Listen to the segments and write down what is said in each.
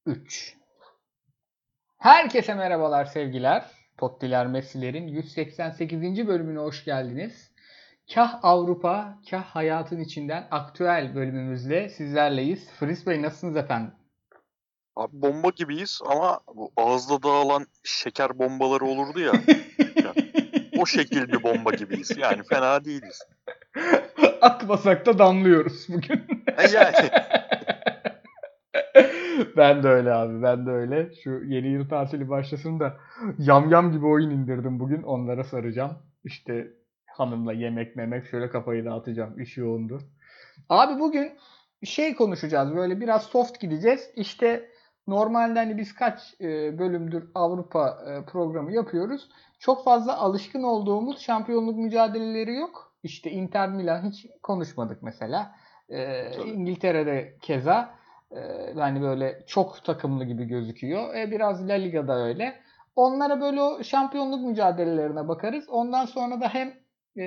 3. Herkese merhabalar sevgiler. Tottiler Messi'lerin 188. bölümüne hoş geldiniz. Kah Avrupa, kah hayatın içinden aktüel bölümümüzle sizlerleyiz. Fris Bey nasılsınız efendim? Abi bomba gibiyiz ama bu ağızda dağılan şeker bombaları olurdu ya. Ya, o şekil bir bomba gibiyiz. Yani fena değiliz. Akmasak da damlıyoruz bugün. Yani Ben de öyle abi, ben de öyle. Şu yeni yıl tatili başlasın da yamyam gibi oyun indirdim bugün. Onlara saracağım. İşte hanımla yemek memek şöyle kafayı dağıtacağım. İş yoğundu. Abi bugün şey konuşacağız. Böyle biraz soft gideceğiz. İşte normalde hani biz kaç bölümdür Avrupa programı yapıyoruz. Çok fazla alışkın olduğumuz şampiyonluk mücadeleleri yok. İşte Inter Milan hiç konuşmadık mesela. tabii. İngiltere'de keza yani böyle çok takımlı gibi gözüküyor. Biraz La Liga'da öyle. Onlara böyle o şampiyonluk mücadelelerine bakarız. Ondan sonra da hem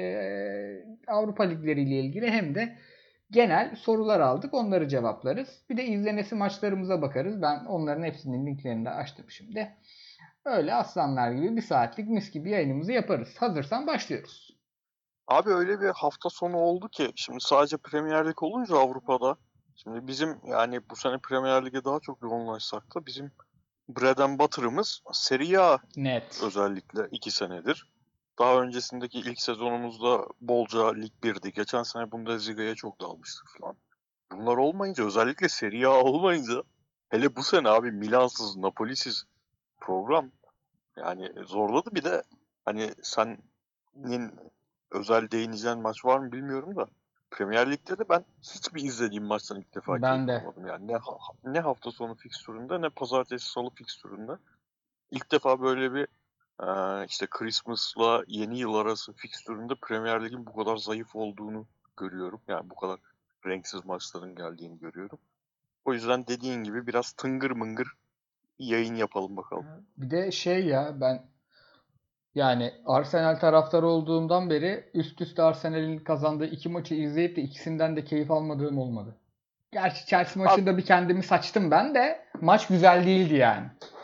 Avrupa ligleriyle ilgili hem de genel sorular aldık. Onları cevaplarız. Bir de izlenesi maçlarımıza bakarız. Ben onların hepsinin linklerini de açtım şimdi. Öyle aslanlar gibi bir saatlik mis gibi yayınımızı yaparız. Hazırsan başlıyoruz. Abi öyle bir hafta sonu oldu ki şimdi sadece Premier Lig olunca Avrupa'da şimdi bizim yani bu sene Premier Lig'e daha çok yoğunlaşsak da bizim bread and butter'ımız Serie A Net. özellikle 2 senedir. Daha öncesindeki ilk sezonumuzda bolca Lig 1'di. Geçen sene Bundesliga'ya çok dalmıştık falan. Bunlar olmayınca özellikle Serie A olmayınca hele bu sene abi Milan'sız, Napoli'siz program yani zorladı. Bir de hani senin özel değineceğin maç var mı bilmiyorum da Premier Lig'de de ben hiçbir izlediğim maçtan ilk defa Ben keyif de. almadım. Yani ne hafta sonu fikstüründe ne pazartesi salı fikstüründe ilk defa böyle bir işte Christmas'la yeni yıl arası fikstüründe Premier Lig'in bu kadar zayıf olduğunu görüyorum. Yani bu kadar renksiz maçların geldiğini görüyorum. O yüzden dediğin gibi biraz tıngır mıngır bir yayın yapalım bakalım. Bir de şey ya ben yani Arsenal taraftarı olduğumdan beri üst üste Arsenal'in kazandığı iki maçı izleyip de ikisinden de keyif almadığım olmadı. Gerçi Chelsea Abi maçında bir kendimi saçtım ben de maç güzel değildi yani.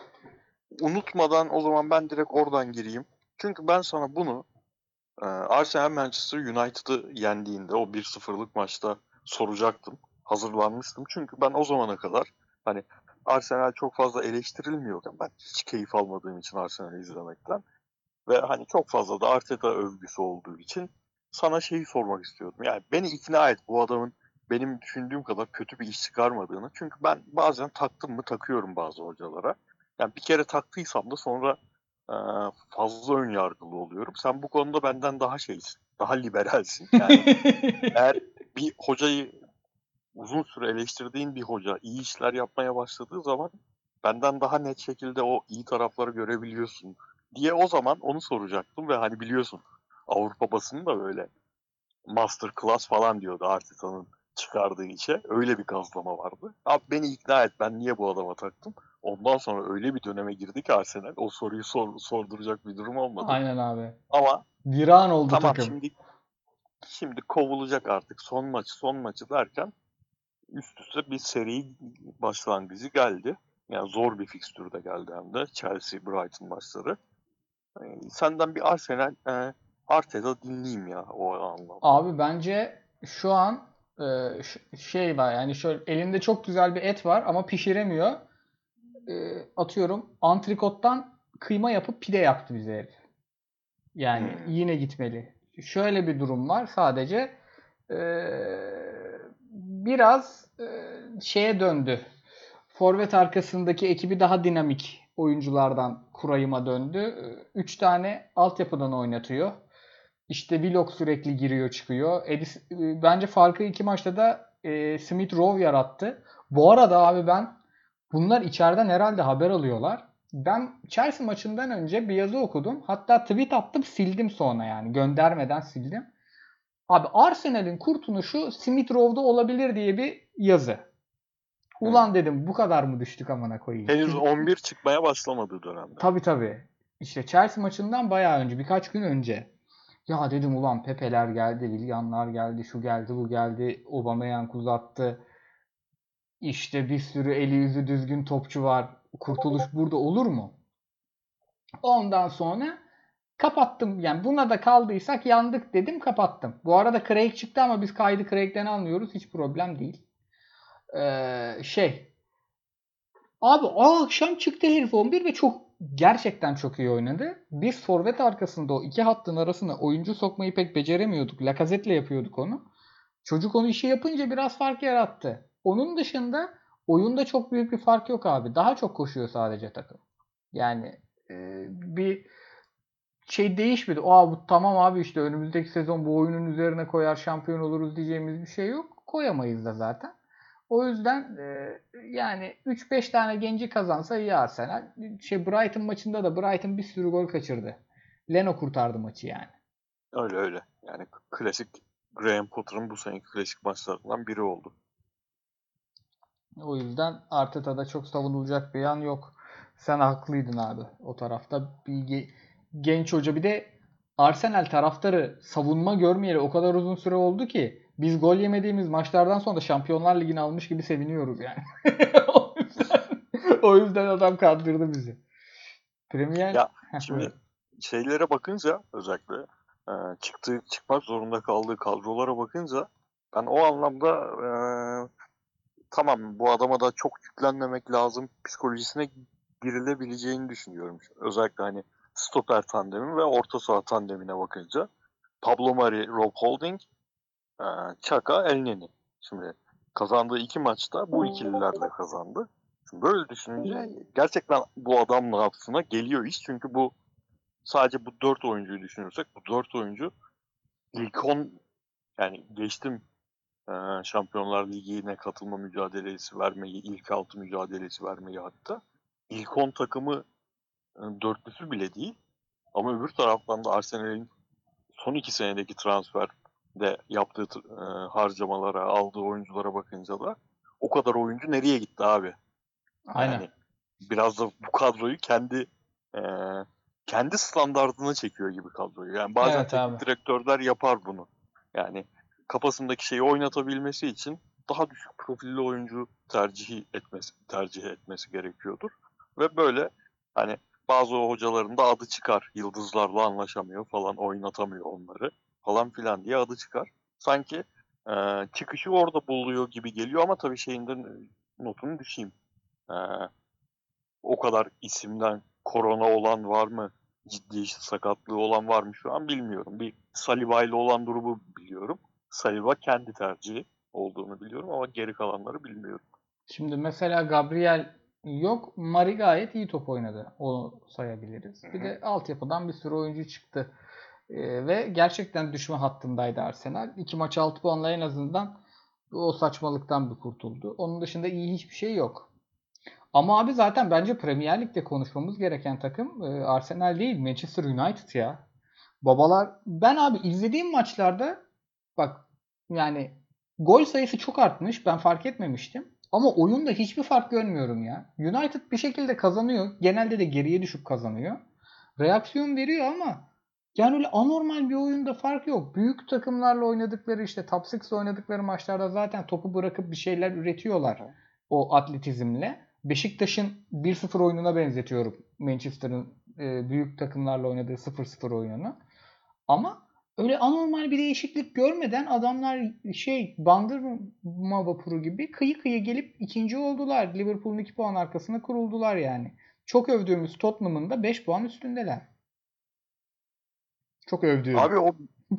unutmadan o zaman ben direkt oradan gireyim. Çünkü ben sana bunu Arsenal Manchester United'ı yendiğinde o 1-0'lık maçta soracaktım. Hazırlanmıştım. Çünkü ben o zamana kadar hani Arsenal çok fazla eleştirilmiyorken ben hiç keyif almadığım için Arsenal'i izlemekten ve hani çok fazla da Arteta övgüsü olduğu için sana şeyi sormak istiyordum. Yani beni ikna et bu adamın benim düşündüğüm kadar kötü bir iş çıkarmadığını. Çünkü ben bazen taktım mı takıyorum bazı hocalara. Yani bir kere taktıysam da sonra e, fazla ön yargılı oluyorum. Sen bu konuda benden daha şeysin, daha liberalsin. Yani eğer bir hocayı uzun süre eleştirdiğin bir hoca iyi işler yapmaya başladığı zaman benden daha net şekilde o iyi tarafları görebiliyorsun diye o zaman onu soracaktım ve hani biliyorsun Avrupa basını da böyle master class falan diyordu Arteta'nın çıkardığı işe. Öyle bir gazlama vardı. Abi beni ikna et ben niye bu adama taktım. Ondan sonra öyle bir döneme girdi ki Arsenal o soruyu sorduracak bir durum olmadı. Aynen abi. Ama Viran oldu tamam takım. şimdi kovulacak artık son maçı derken üst üste bir seri başlangıcı geldi. Yani zor bir fikstürde geldi hem de Chelsea-Brighton maçları. Senden bir Arsenal Arteta dinleyeyim ya o anlamda. Abi bence şu an şey var yani şöyle elinde çok güzel bir et var ama pişiremiyor. Atıyorum antrikottan kıyma yapıp pide yaptı bize herif. Yani Hmm. yine gitmeli. Şöyle bir durum var sadece. E, biraz şeye döndü. Forvet arkasındaki ekibi daha dinamik oyunculardan kurayıma döndü. 3 tane altyapıdan oynatıyor. İşte Willock sürekli giriyor çıkıyor. Bence farkı iki maçta da Smith Rowe yarattı. Bu arada abi ben bunlar içeriden herhalde haber alıyorlar. Ben Chelsea maçından önce bir yazı okudum. Hatta tweet attım sildim sonra yani göndermeden sildim. Abi Arsenal'in kurtuluşu Smith Rowe'da olabilir diye bir yazı. Hmm. Ulan dedim bu kadar mı düştük amına koyayım. Henüz 11 çıkmaya başlamadığı dönemde. Tabii tabii. İşte Chelsea maçından bayağı önce birkaç gün önce. Ya dedim ulan Pepe'ler geldi, Willian'lar geldi, şu geldi, bu geldi, Aubameyang uzattı. İşte bir sürü eli yüzü düzgün topçu var. Kurtuluş burada olur mu? Ondan sonra kapattım. Yani buna da kaldıysak yandık dedim, kapattım. Bu arada Craig çıktı ama biz kaydı Craig'den almıyoruz. Hiç problem değil. Şey. Abi o akşam çıktı herif 11 ve gerçekten çok iyi oynadı. Biz forvet arkasında o iki hattın arasına oyuncu sokmayı pek beceremiyorduk. Lacazette'le yapıyorduk onu. Çocuk onu işi yapınca biraz fark yarattı. Onun dışında oyunda çok büyük bir fark yok abi. Daha çok koşuyor sadece takım. Yani bir şey değişmedi. Bu tamam abi, işte önümüzdeki sezon bu oyunun üzerine koyar şampiyon oluruz diyeceğimiz bir şey yok. Koyamayız da zaten. O yüzden yani 3-5 tane genci kazansa iyi Arsenal. Brighton maçında da Brighton bir sürü gol kaçırdı. Leno kurtardı maçı yani. Öyle öyle. Yani klasik Graham Potter'ın bu seneki klasik maçlarından biri oldu. O yüzden Arteta'da çok savunulacak bir yan yok. Sen haklıydın abi o tarafta. Genç hoca, bir de Arsenal taraftarı savunma görmeyeli o kadar uzun süre oldu ki biz gol yemediğimiz maçlardan sonra da Şampiyonlar Ligi'ni almış gibi seviniyoruz yani. o yüzden adam kandırdı bizi. Premier. Ya Heh, şimdi buyur. şeylere bakınca özellikle çıkmak zorunda kaldığı kadrolara bakınca ben o anlamda tamam bu adama da çok yüklenmemek lazım psikolojisine girilebileceğini düşünüyorum. Özellikle hani stoper tandemi ve orta saha tandemine bakınca Pablo Mari, Rob Holding, Xhaka, Elneny. Şimdi kazandığı 2 maçta bu ikililerle kazandı. Şimdi böyle düşününce gerçekten bu adam ne yapsına geliyor iş. Çünkü bu sadece bu 4 oyuncuyu düşünürsek bu 4 oyuncu ilk 10, yani geçtim Şampiyonlar Ligi'ne katılma mücadelesi vermeyi, ilk 6 mücadelesi vermeyi hatta. İlk 10 takımı dörtlüsü bile değil. Ama öbür taraftan da Arsenal'in son 2 senedeki transferde yaptığı harcamalara, aldığı oyunculara bakınca da o kadar oyuncu nereye gitti abi? Aynen. Yani biraz da bu kadroyu e, kendi standardına çekiyor gibi kadroyu. Yani bazen Evet abi. teknik direktörler yapar bunu. Yani kafasındaki şeyi oynatabilmesi için daha düşük profilli oyuncu tercih etmesi gerekiyordur. Ve böyle hani bazı hocaların da adı çıkar. Yıldızlarla anlaşamıyor falan, oynatamıyor onları falan filan diye adı çıkar. Sanki çıkışı orada buluyor gibi geliyor ama tabii şeyinden notunu düşeyim. E, O kadar isimden korona olan var mı? Ciddi işte sakatlığı olan var mı şu an bilmiyorum. Bir Saliba ile olan durumu biliyorum. Saliba kendi tercihi olduğunu biliyorum ama geri kalanları bilmiyorum. Şimdi mesela Gabriel yok. Mari gayet iyi top oynadı. Onu sayabiliriz. Hı Bir hı. de altyapıdan bir sürü oyuncu çıktı. Ve gerçekten düşme hattındaydı Arsenal. 2 maç 6 puanla en azından o saçmalıktan bir kurtuldu. Onun dışında iyi hiçbir şey yok. Ama abi zaten bence Premier Lig'de konuşmamız gereken takım Arsenal değil, Manchester United ya. Babalar, ben abi izlediğim maçlarda bak, yani gol sayısı çok artmış. Ben fark etmemiştim. Ama oyunda hiçbir fark görmüyorum ya. United bir şekilde kazanıyor. Genelde de geriye düşüp kazanıyor. Reaksiyon veriyor ama yani öyle anormal bir oyunda fark yok. Büyük takımlarla oynadıkları, işte top 6 oynadıkları maçlarda zaten topu bırakıp bir şeyler üretiyorlar Hı. o atletizmle. Beşiktaş'ın 1-0 oyununa benzetiyorum Manchester'ın büyük takımlarla oynadığı 0-0 oyununu. Ama öyle anormal bir değişiklik görmeden adamlar bandırma vapuru gibi kıyı kıyı gelip ikinci oldular. Liverpool'un 2 puan arkasına kuruldular yani. Çok övdüğümüz Tottenham'ın da 5 puan üstündeler. Çok övdüğüm. Abi o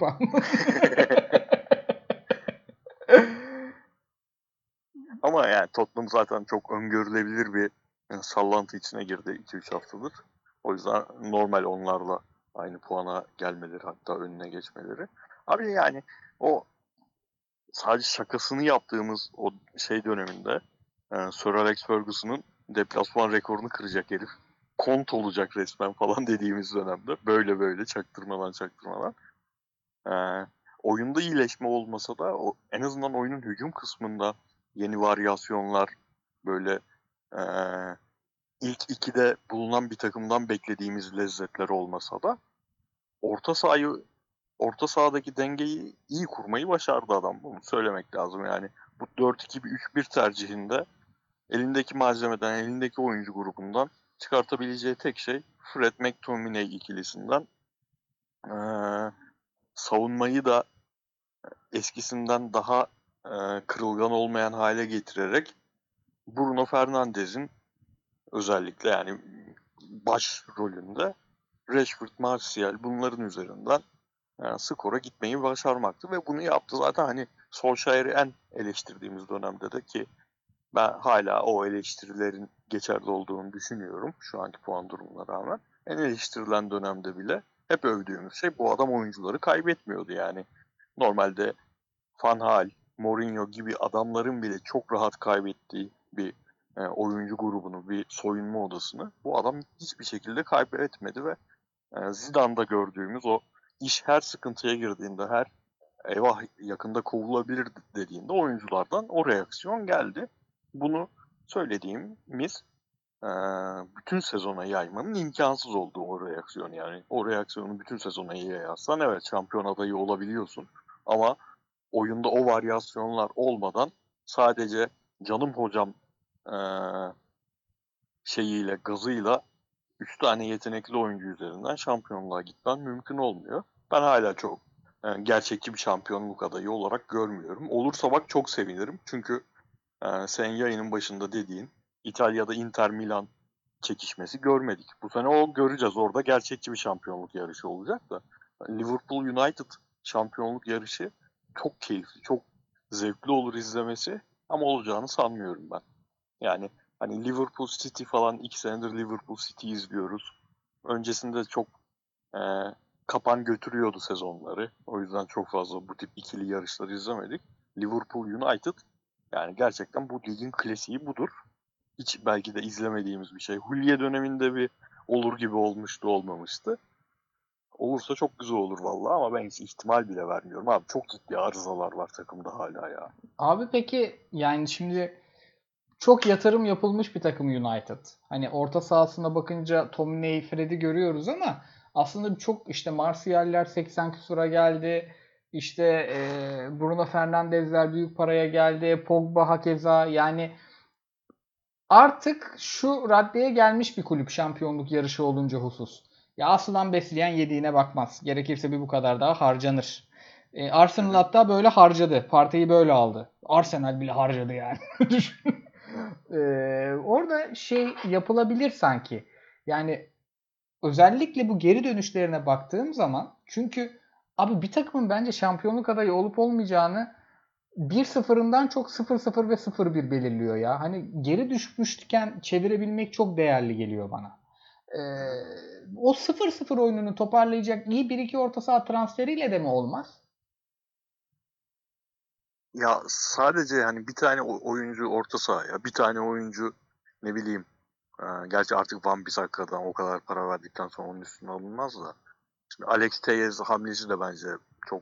ama yani Tottenham zaten çok öngörülebilir bir sallantı içine girdi 2-3 haftadır. O yüzden normal onlarla aynı puana gelmeleri, hatta önüne geçmeleri. Abi yani o sadece şakasını yaptığımız o şey döneminde Sir Alex Ferguson'ın deplasman rekorunu kıracak herif. Kont olacak resmen falan dediğimiz dönemde. Böyle böyle çaktırmadan. E, Oyunda iyileşme olmasa da en azından oyunun hücum kısmında yeni varyasyonlar, böyle e, ilk ikide bulunan bir takımdan beklediğimiz lezzetler olmasa da orta sahayı orta sahadaki dengeyi iyi kurmayı başardı adam. Bunu söylemek lazım yani. bu 4-2-3-1 tercihinde elindeki malzemeden, elindeki oyuncu grubundan çıkartabileceği tek şey Fred McTominay ikilisinden savunmayı da eskisinden daha kırılgan olmayan hale getirerek Bruno Fernandes'in özellikle yani baş rolünde Rashford, Martial bunların üzerinden skora gitmeyi başarmaktı ve bunu yaptı. Zaten hani Solskjaer'i en eleştirdiğimiz dönemde de ki ben hala o eleştirilerin geçerli olduğunu düşünüyorum şu anki puan durumuna rağmen. En eleştirilen dönemde bile hep övdüğümüz şey bu adam oyuncuları kaybetmiyordu yani. Normalde Van Gaal, Mourinho gibi adamların bile çok rahat kaybettiği bir oyuncu grubunu, bir soyunma odasını bu adam hiçbir şekilde kaybetmedi ve Zidane'da gördüğümüz o iş her sıkıntıya girdiğinde, her eyvah yakında kovulabilir dediğinde oyunculardan o reaksiyon geldi. Bunu söylediğimiz bütün sezona yaymanın imkansız olduğu o reaksiyon yani. O reaksiyonu bütün sezona yayarsan evet şampiyon adayı olabiliyorsun ama oyunda o varyasyonlar olmadan sadece canım hocam şeyiyle, gazıyla 3 tane yetenekli oyuncu üzerinden şampiyonluğa gitmen mümkün olmuyor. Ben hala çok gerçekçi bir şampiyonluk adayı olarak görmüyorum. Olursa bak çok sevinirim. Çünkü senin yayının başında dediğin İtalya'da Inter Milan çekişmesi görmedik. Bu sene o göreceğiz. Orada gerçekçi bir şampiyonluk yarışı olacak da. Liverpool United şampiyonluk yarışı çok keyifli, çok zevkli olur izlemesi ama olacağını sanmıyorum ben. Yani hani Liverpool City falan 2 senedir Liverpool City izliyoruz. Öncesinde çok e, kapan götürüyordu sezonları. O yüzden çok fazla bu tip ikili yarışları izlemedik. Liverpool United yani gerçekten bu ligin klasiği budur. Hiç belki de izlemediğimiz bir şey. Hulye döneminde bir olur gibi olmuştu, olmamıştı. Olursa çok güzel olur vallahi ama ben hiç ihtimal bile vermiyorum. Abi çok ciddi arızalar var takımda hala ya. Abi peki yani şimdi çok yatırım yapılmış bir takım United. Hani orta sahasına bakınca Tomine, Fred'i görüyoruz ama aslında çok işte Martial'ler 80 küsura geldi. İşte Bruno Fernandes'ler büyük paraya geldi. Pogba hakeza yani artık şu raddeye gelmiş bir kulüp şampiyonluk yarışı olunca husus. Ya aslan besleyen yediğine bakmaz. Gerekirse bir bu kadar daha harcanır. Hı Arsenal hı. hatta böyle harcadı. Partiyi böyle aldı. Arsenal bile harcadı yani. Düşün. Orada şey yapılabilir sanki. Yani özellikle bu geri dönüşlerine baktığım zaman çünkü abi bir takımın bence şampiyonluk adayı olup olmayacağını 1-0'ından çok 0-0 ve 0-1 belirliyor ya. Hani geri düşmüşken çevirebilmek çok değerli geliyor bana. Ee, Hı hı. O 0-0 oyununu toparlayacak iyi bir iki orta saha transferiyle de mi olmaz? Ya sadece yani bir tane oyuncu orta sahaya, bir tane oyuncu ne bileyim. Gerçi artık Van Bissaka'dan o kadar para verdikten sonra onun üstüne alınmaz da. Şimdi Alex Telles hamlesi de bence çok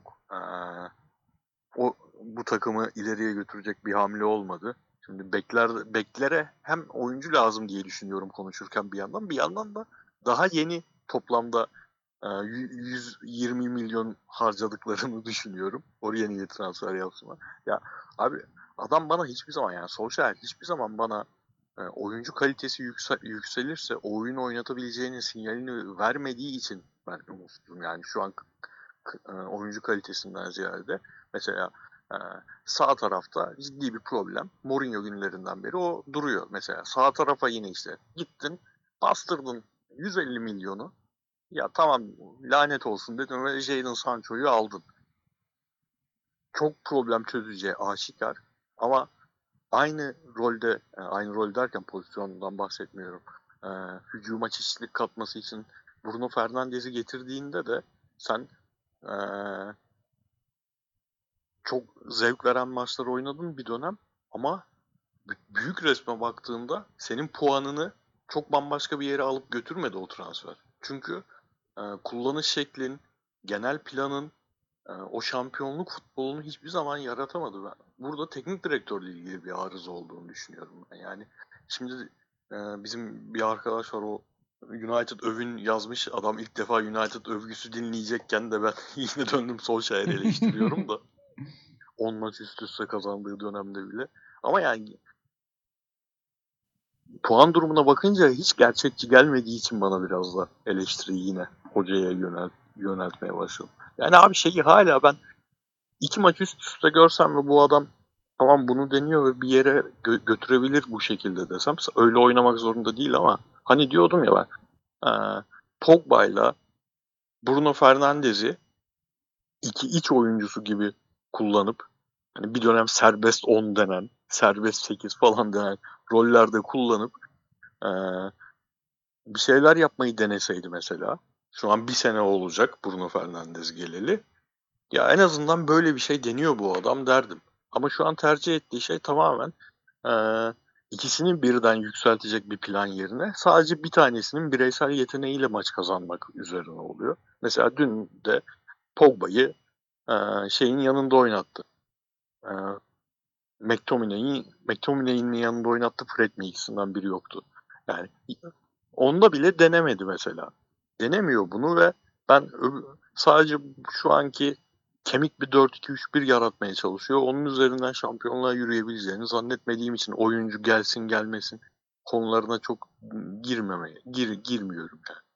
o bu takımı ileriye götürecek bir hamle olmadı. Şimdi beklere hem oyuncu lazım diye düşünüyorum konuşurken bir yandan da daha yeni toplamda 120 milyon harcadıklarını düşünüyorum. Oraya niye transfer yapsınlar? Ya abi adam bana hiçbir zaman yani Solskjaer hiçbir zaman bana oyuncu kalitesi yükselirse oyun oynatabileceğinin sinyalini vermediği için ben umutsuzum. Yani şu an oyuncu kalitesinden ziyade mesela e, sağ tarafta ciddi bir problem. Mourinho günlerinden beri o duruyor. Mesela sağ tarafa yine işte gittin bastırdın 150 milyonu ya tamam lanet olsun dedim ve Jadon Sancho'yu aldın. Çok problem çözeceği aşikar ama aynı rolde, aynı rol derken pozisyondan bahsetmiyorum. E, Hücuma çeşitlilik katması için Bruno Fernandes'i getirdiğinde de sen e, çok zevk veren maçlar oynadın bir dönem ama büyük resme baktığında senin puanını çok bambaşka bir yere alıp götürmedi o transfer. Çünkü kullanış şeklin, genel planın, o şampiyonluk futbolunu hiçbir zaman yaratamadı. Ben burada teknik direktörle ilgili bir arıza olduğunu düşünüyorum ben. Yani şimdi bizim bir arkadaş var o United övün yazmış. Adam ilk defa United övgüsü dinleyecekken de ben yine döndüm Solskjaer'i eleştiriyorum da. 10 maç üst üste kazandığı dönemde bile. Ama yani puan durumuna bakınca hiç gerçekçi gelmediği için bana biraz da eleştiriyi yine hocaya yöneltmeye başladım. Yani abi şeyi hala ben 2 maç üst üste görsem ve bu adam tamam bunu deniyor ve bir yere götürebilir bu şekilde desem öyle oynamak zorunda değil ama hani diyordum ya ben Pogba'yla Bruno Fernandes'i iki iç oyuncusu gibi kullanıp hani bir dönem serbest 10 denen, serbest 8 falan denen rollerde kullanıp ee, bir şeyler yapmayı deneseydi mesela. Şu an bir sene olacak Bruno Fernandes geleli. Ya en azından böyle bir şey deniyor bu adam derdim. Ama şu an tercih ettiği şey tamamen ikisini birden yükseltecek bir plan yerine sadece bir tanesinin bireysel yeteneğiyle maç kazanmak üzerine oluyor. Mesela dün de Pogba'yı şeyin yanında oynattı. E, McTominay'in yanında oynattı. Fred mi ikisinden biri yoktu. Yani onda bile denemedi mesela. Denemiyor bunu ve ben sadece şu anki kemik bir 4-2-3-1 yaratmaya çalışıyor. Onun üzerinden şampiyonluğa yürüyebileceğini zannetmediğim için oyuncu gelsin gelmesin konularına çok girmiyorum yani.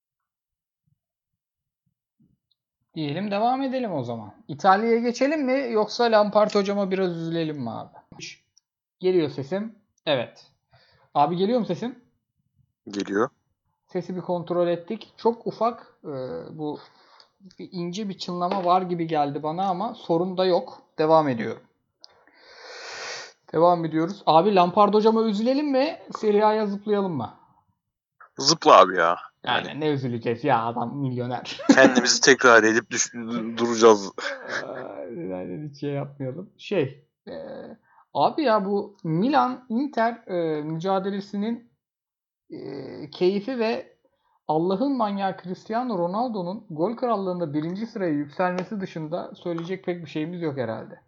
Diyelim devam edelim o zaman. İtalya'ya geçelim mi yoksa Lampard hocama biraz üzülelim mi abi? Geliyor sesim. Evet. Abi geliyor mu sesim? Geliyor. Sesi bir kontrol ettik. Çok ufak bu bir ince bir çınlama var gibi geldi bana ama sorun da yok. Devam ediyorum. Devam ediyoruz. Abi Lampard hocama üzülelim mi? Serie A'ya zıplayalım mı? Zıpla abi ya. Yani Aynen ne üzüleceğiz ya adam milyoner. kendimizi tekrar edip duracağız. Aynen hiç şey yapmayalım. Abi ya bu Milan Inter mücadelesinin keyfi ve Allah'ın manyağı Cristiano Ronaldo'nun gol krallığında birinci sıraya yükselmesi dışında söyleyecek pek bir şeyimiz yok herhalde.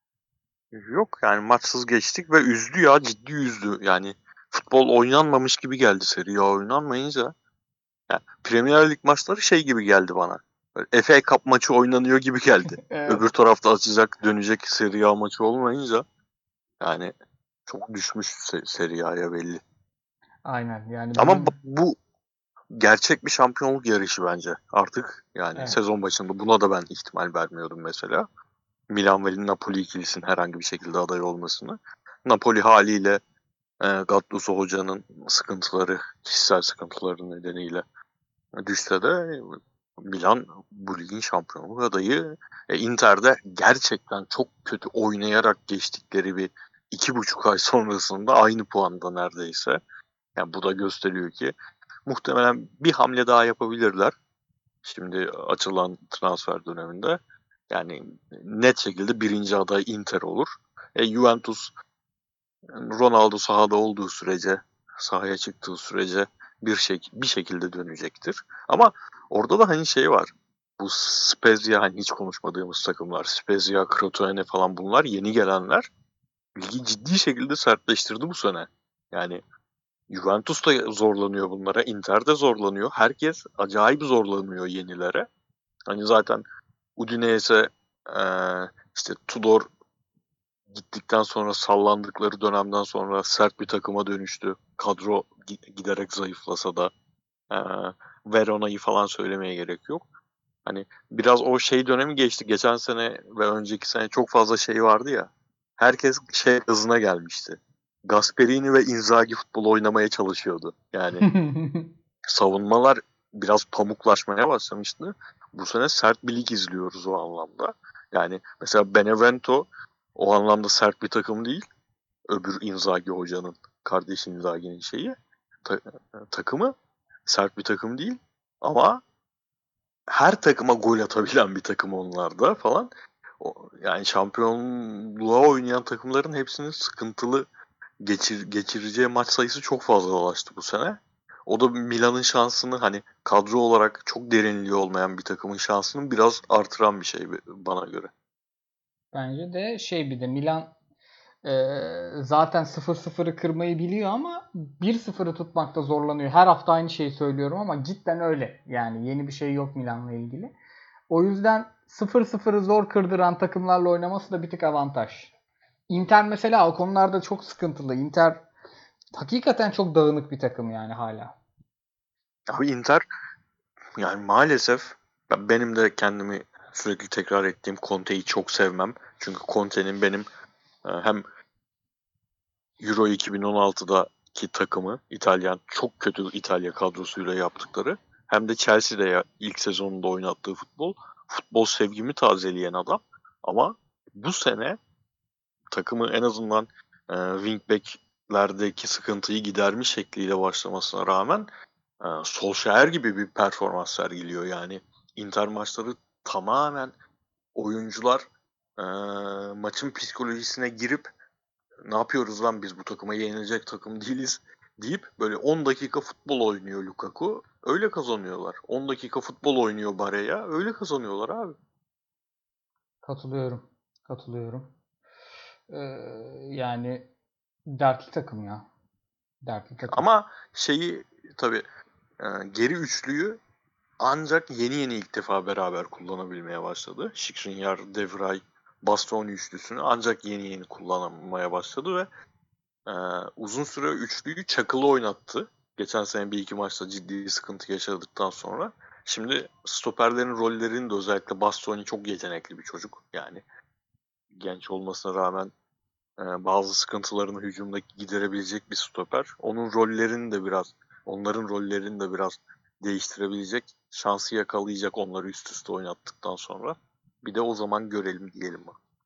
Yok yani maçsız geçtik ve üzdü ya, ciddi üzdü. Yani futbol oynanmamış gibi geldi seri. Oynanmayınca yani Premier Lig maçları şey gibi geldi bana. Böyle FA Cup maçı oynanıyor gibi geldi. Evet. Öbür tarafta açacak dönecek Serie A maçı olmayınca yani çok düşmüş Serie A'ya belli. Aynen yani Ama benim bu gerçek bir şampiyonluk yarışı bence. Artık yani evet. sezon başında buna da ben ihtimal vermiyordum mesela. Milan ve Napoli ikilisinin herhangi bir şekilde aday olmasını. Napoli haliyle Gattuso hocanın sıkıntıları, kişisel sıkıntıları nedeniyle düşse de Milan bu ligin şampiyonluk adayı. Inter'de gerçekten çok kötü oynayarak geçtikleri bir 2,5 ay sonrasında aynı puanda neredeyse. Yani bu da gösteriyor ki muhtemelen bir hamle daha yapabilirler. Şimdi açılan transfer döneminde. Yani net şekilde birinci aday Inter olur. Juventus Ronaldo sahada olduğu sürece, sahaya çıktığı sürece bir şekilde dönecektir. Ama orada da hani şey var. Bu Spezia hani hiç konuşmadığımız takımlar, Spezia, Crotone falan bunlar yeni gelenler ligi ciddi şekilde sertleştirdi bu sene. Yani Juventus da zorlanıyor bunlara, Inter de zorlanıyor. Herkes acayip zorlanıyor yenilere. Hani zaten Udinese işte Tudor gittikten sonra sallandıkları dönemden sonra sert bir takıma dönüştü. Kadro giderek zayıflasa da e, Verona'yı falan söylemeye gerek yok. Hani biraz o şey dönemi geçti. Geçen sene ve önceki sene çok fazla şey vardı ya. Herkes şey hızına gelmişti. Gasperini ve Inzaghi futbol oynamaya çalışıyordu. Yani savunmalar biraz pamuklaşmaya başlamıştı. Bu sene sert bir lig izliyoruz o anlamda. Yani mesela Benevento o anlamda sert bir takım değil. Öbür Inzaghi hocanın, kardeş Inzaghi'nin ta- takımı sert bir takım değil. Ama her takıma gol atabilen bir takım onlar da falan. Yani şampiyonluğa oynayan takımların hepsinin sıkıntılı geçireceği maç sayısı çok fazlalaştı bu sene. O da Milan'ın şansını hani kadro olarak çok derinliği olmayan bir takımın şansını biraz artıran bir şey bana göre. Bence de bir de Milan zaten 0-0'ı kırmayı biliyor ama 1-0'ı tutmakta zorlanıyor. Her hafta aynı şeyi söylüyorum ama cidden öyle. Yani yeni bir şey yok Milan'la ilgili. O yüzden 0-0'ı zor kırdıran takımlarla oynaması da bir tık avantaj. Inter mesela o konularda çok sıkıntılı. Inter hakikaten çok dağınık bir takım yani hala. Abi Inter yani maalesef benim de kendimi sürekli tekrar ettiğim Conte'yi çok sevmem. Çünkü Conte'nin benim hem Euro 2016'daki takımı İtalyan çok kötü İtalya kadrosuyla yaptıkları hem de Chelsea'de ilk sezonunda oynattığı futbol sevgimi tazeleyen adam. Ama bu sene takımı en azından wingback'lerdeki sıkıntıyı gidermiş şekliyle başlamasına rağmen Solskjaer gibi bir performans sergiliyor. Yani Inter maçları tamamen oyuncular e, maçın psikolojisine girip ne yapıyoruz lan biz bu takıma yenilecek takım değiliz deyip böyle 10 dakika futbol oynuyor Lukaku. Öyle kazanıyorlar. 10 dakika futbol oynuyor Barella. Öyle kazanıyorlar abi. Katılıyorum. Katılıyorum. Ee, yani dertli takım ya. Dertli takım. Ama şeyi tabii geri üçlüyü ancak yeni ilk defa beraber kullanabilmeye başladı. Skriniar, De Vrij, Bastoni üçlüsünü ancak yeni kullanmaya başladı ve uzun süre üçlüyü çakılı oynattı. Geçen sene bir iki maçta ciddi sıkıntı yaşadıktan sonra. Şimdi stoperlerin rollerini de özellikle Bastoni çok yetenekli bir çocuk. Yani genç olmasına rağmen bazı sıkıntılarını hücumda giderebilecek bir stoper. Onların rollerini de biraz değiştirebilecek, şansı yakalayacak onları üst üste oynattıktan sonra. Bir de o zaman görelim diyelim.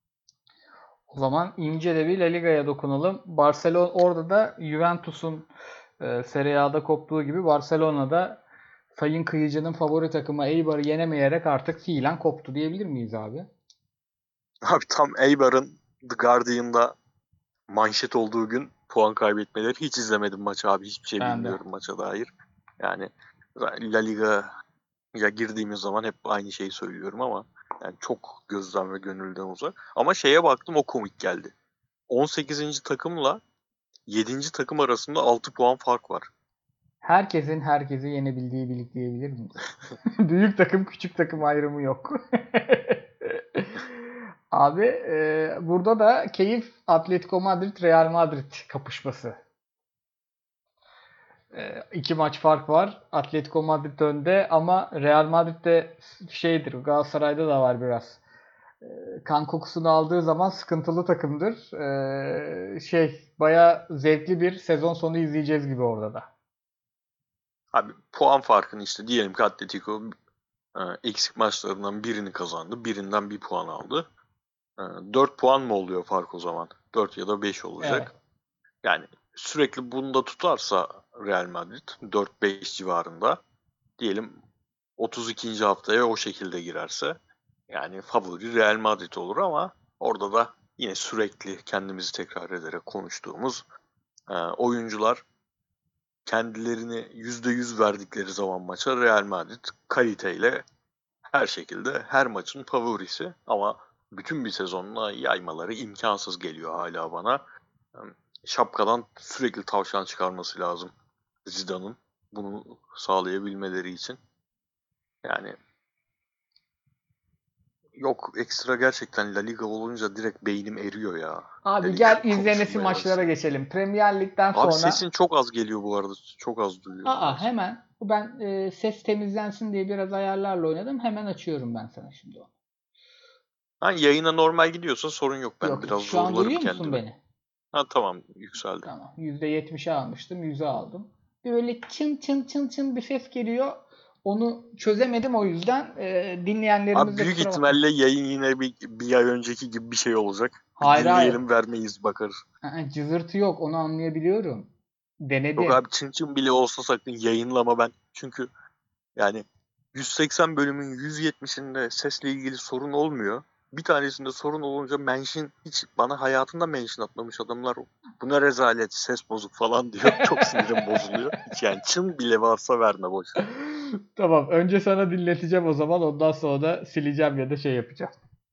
O zaman ince de bir La Liga'ya dokunalım. Barcelona orada da Juventus'un Serie A'da koptuğu gibi Barcelona'da Sayın Kıyıcı'nın favori takımı Eibar'ı yenemeyerek artık fiilen koptu diyebilir miyiz abi? Abi tam Eibar'ın The Guardian'da manşet olduğu gün puan kaybetmeleri. Hiç izlemedim maçı abi. Hiçbir şey Ben de. bilmiyorum maça dair. Yani La Liga'ya girdiğimiz zaman hep aynı şeyi söylüyorum ama yani çok gözden ve gönülden uzak. Ama şeye baktım o komik geldi. 18. takımla 7. takım arasında 6 puan fark var. Herkesin herkesi yenebildiği bir lig diyebilir miyiz? Büyük takım küçük takım ayrımı yok. Abi burada da keyif Atletico Madrid Real Madrid kapışması. İki maç fark var. Atletico Madrid önde ama Real Madrid'de şeydir. Galatasaray'da da var biraz. Kan kokusunu aldığı zaman sıkıntılı takımdır. Bayağı zevkli bir sezon sonu izleyeceğiz gibi orada da. Abi puan farkını işte diyelim ki Atletico eksik maçlarından birini kazandı. Birinden bir puan aldı. 4 puan mı oluyor fark o zaman? 4 ya da 5 Evet. olacak. Yani sürekli bunda tutarsa Real Madrid 4-5 civarında diyelim 32. haftaya o şekilde girerse yani favori Real Madrid olur ama orada da yine sürekli kendimizi tekrar ederek konuştuğumuz oyuncular kendilerini %100 verdikleri zaman maça Real Madrid kaliteyle her şekilde her maçın favorisi ama bütün bir sezonla yaymaları imkansız geliyor hala bana. Şapkadan sürekli tavşan çıkarması lazım Zidane'ın bunu sağlayabilmeleri için. Yani yok ekstra gerçekten La Liga olunca direkt beynim eriyor ya. La Abi Liga gel izlenesi konuşulmaya maçlara başladı. geçelim. Premier Lig'den Abi sonra sesin çok az geliyor bu arada. Çok az duyuyorum ben seni. hemen ben ses temizlensin diye biraz ayarlarla oynadım. Hemen açıyorum ben sana şimdi onu. Ha, yayına normal gidiyorsa sorun yok. Ben Yok yok. biraz Şu an zorlarım duyuyor musun kendimi. beni? Ha tamam yükseldi. Tamam. %70'e almıştım. 100'e aldım. Bir böyle çın çın çın çın bir ses geliyor. Onu çözemedim o yüzden dinleyenlerimiz Abi de büyük kusura bakmasın. ihtimalle yayın yine bir ay önceki gibi bir şey olacak. Bir Hayır hayır. dinleyelim vermeyiz bakarız. Cızırtı yok. Onu anlayabiliyorum. Yok Denedim. abi çın çın bile olsa sakın yayınlama ben. Çünkü yani 180 bölümün 170'inde sesle ilgili sorun olmuyor. Bir tanesinde sorun olunca mention hiç bana hayatında mention atmamış adamlar bu ne rezalet ses bozuk falan diyor. Çok sinirim bozuluyor. Hiç yani çın bile varsa verme boş. Tamam. Önce sana dinleteceğim o zaman. Ondan sonra da sileceğim ya da şey yapacağım.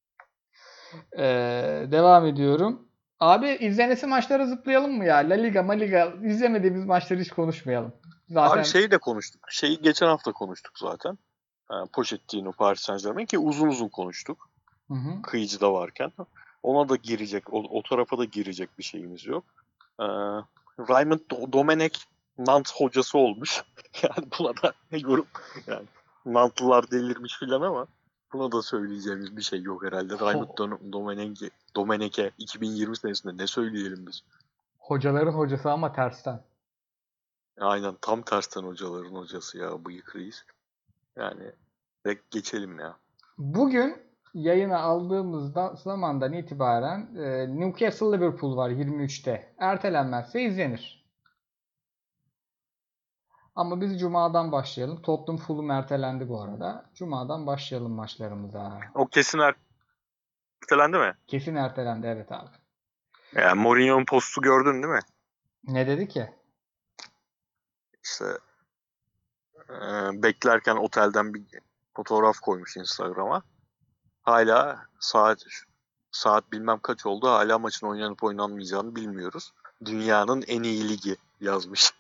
Devam ediyorum. Abi izlenesi maçlara zıplayalım mı ya? La Liga, Maliga izlemediğimiz maçları hiç konuşmayalım. Abi Zaten şeyi de konuştuk. Şeyi geçen hafta konuştuk zaten. Pochettino Paris Saint-Germain ki uzun uzun konuştuk. Hı hı. Kıyıcı'da varken. Ona da girecek, o tarafa da girecek bir şeyimiz yok. Ee, Raymond Domenech Nantes hocası olmuş. Yani buna da yorum, yani Nantlılar delirmiş filan ama buna da söyleyeceğimiz bir şey yok herhalde. Raymond Domenech'e 2020 senesinde ne söyleyelim biz? Hocaların hocası ama tersten. Aynen tam tersten hocaların hocası ya, bıyık reis. Yani direkt geçelim ya. Bugün yayına aldığımızda zamandan itibaren Newcastle Liverpool var 23'te. Ertelenmezse izlenir. Ama biz Cuma'dan başlayalım. Tottenham Fulham ertelendi bu arada. Cuma'dan başlayalım maçlarımıza. O kesin ertelendi mi? Kesin ertelendi, evet abi. Yani Mourinho'nun postu gördün değil mi? Ne dedi ki? İşte beklerken otelden bir fotoğraf koymuş Instagram'a. Hala saat bilmem kaç oldu. Hala maçın oynanıp oynanmayacağını bilmiyoruz. Dünyanın en iyi ligi yazmış.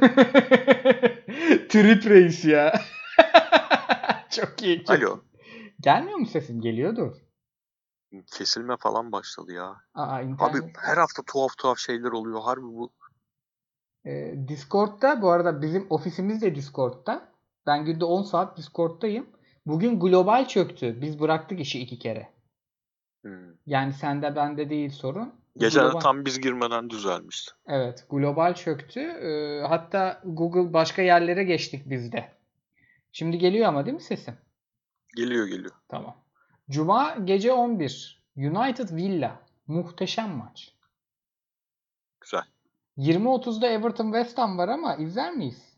Trip reis ya. Çok iyi, çok iyi. Alo. Gelmiyor mu sesim? Geliyordur. Kesilme falan başladı ya. Aa, Abi internet. her hafta tuhaf tuhaf şeyler oluyor. Harbi bu. Discord'da bu arada bizim ofisimiz de Discord'da. Ben günde 10 saat Discord'dayım. Bugün global çöktü. Biz bıraktık işi 2 kere. Hmm. Yani sende bende değil sorun. Geçen de Global. tam biz girmeden düzelmişti. Evet, global çöktü. Hatta Google başka yerlere geçtik biz de. Şimdi geliyor ama değil mi sesim? Geliyor. Tamam. Cuma gece 11. United Villa. Muhteşem maç. Güzel. 20.30'da Everton West Ham var ama izler miyiz?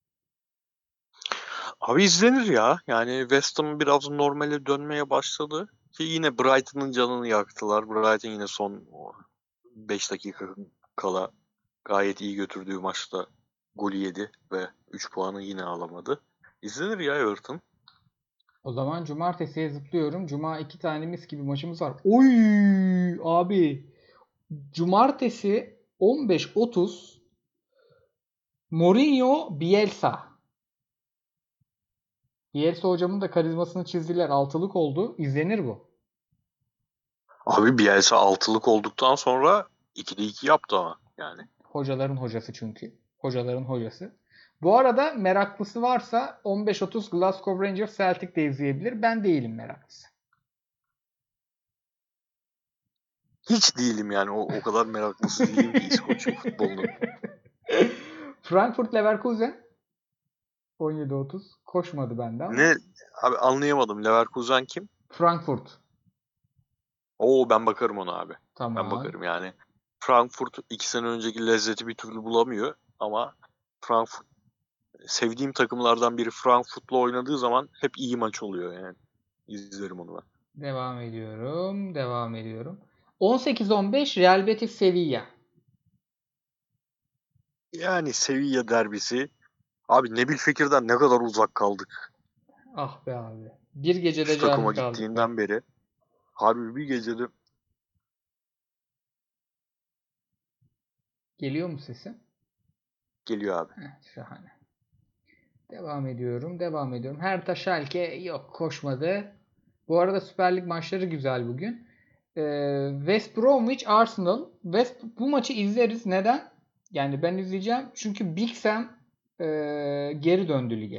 Abi izlenir ya. Yani West Ham biraz normale dönmeye başladı. Ki yine Brighton'ın canını yaktılar. Brighton yine son 5 dakika kala gayet iyi götürdüğü maçta golü yedi ve 3 puanı yine alamadı. İzlenir ya Everton. O zaman cumartesiye zıplıyorum. Cuma 2 tane mis gibi maçımız var. Oy abi. Cumartesi 15.30 Mourinho Bielsa. Bielsa hocamın da karizmasını çizdiler. Altılık oldu. İzlenir bu. Abi Bielsa altılık olduktan sonra 2'de 2 yaptı ama yani. Hocaların hocası çünkü. Hocaların hocası. Bu arada meraklısı varsa 15.30 Glasgow Rangers Celtic de izleyebilir. Ben değilim meraklısı. Hiç değilim yani. O kadar meraklısı değilim ki İskoçya futbolunun. Frankfurt Leverkusen 17.30. Koşmadı bende ama. Ne? Abi anlayamadım. Leverkusen kim? Frankfurt. Oo, ben bakarım ona abi. Ben Tamam. bakarım yani. Frankfurt 2 sene önceki lezzeti bir türlü bulamıyor ama Frankfurt sevdiğim takımlardan biri Frankfurt'la oynadığı zaman hep iyi maç oluyor yani. İzlerim onu ben. Devam ediyorum. Devam ediyorum. 18-15 Real Betis Sevilla. Yani Sevilla derbisi. Abi Nebil Fekir'den ne kadar uzak kaldık. Ah be abi. Bir gecede Şu takıma cahil kaldık be. gittiğinden beri. Harbi bir gecede Geliyor mu sesim? geliyor abi. Heh, şahane. Devam ediyorum. Devam ediyorum. Hertha Schalke yok, koşmadı. Bu arada Süper Lig maçları güzel bugün. West Bromwich Arsenal. Bu maçı izleriz. Neden? Yani ben izleyeceğim. Çünkü Big Sam geri döndü lige.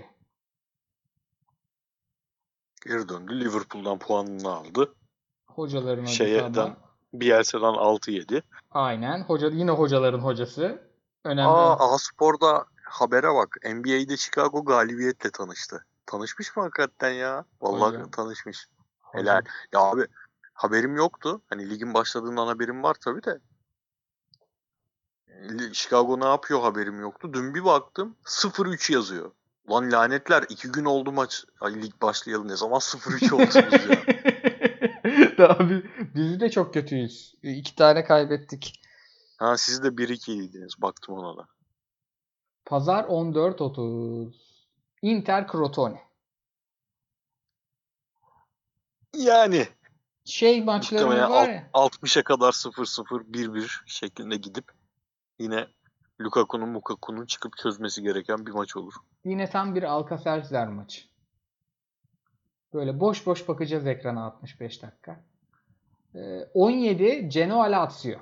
Geri döndü. Liverpool'dan puanını aldı. Hocaların hocası Şeyden ama. Bielsa'dan 6-7. Aynen. Yine hocaların hocası. Önemli. A-Spor'da habere bak. NBA'de Chicago galibiyetle tanıştı. Tanışmış mı hakikaten ya? Vallahi Hoca. tanışmış. Helal. Hoca. Ya abi haberim yoktu. Hani ligin başladığından haberim var tabii de. Chicago ne yapıyor haberim yoktu. Dün bir baktım 0-3 yazıyor. Lan lanetler 2 gün oldu maç. Ay, lig başlayalı ne zaman 0-3 oldunuz ya. Abi biz de çok kötüyüz. 2 tane kaybettik. Ha, siz de 1-2 iyiydiniz. Baktım ona da. Pazar 14.30. Inter Crotone. Yani Maçlarımız muhtemelen var ya. 60'a kadar 0-0 1-1 şeklinde gidip yine Lukaku'nun çıkıp çözmesi gereken bir maç olur. Yine tam bir Alcacer maçı. Böyle boş boş bakacağız ekrana 65 dakika. 17 Genoa Lazio.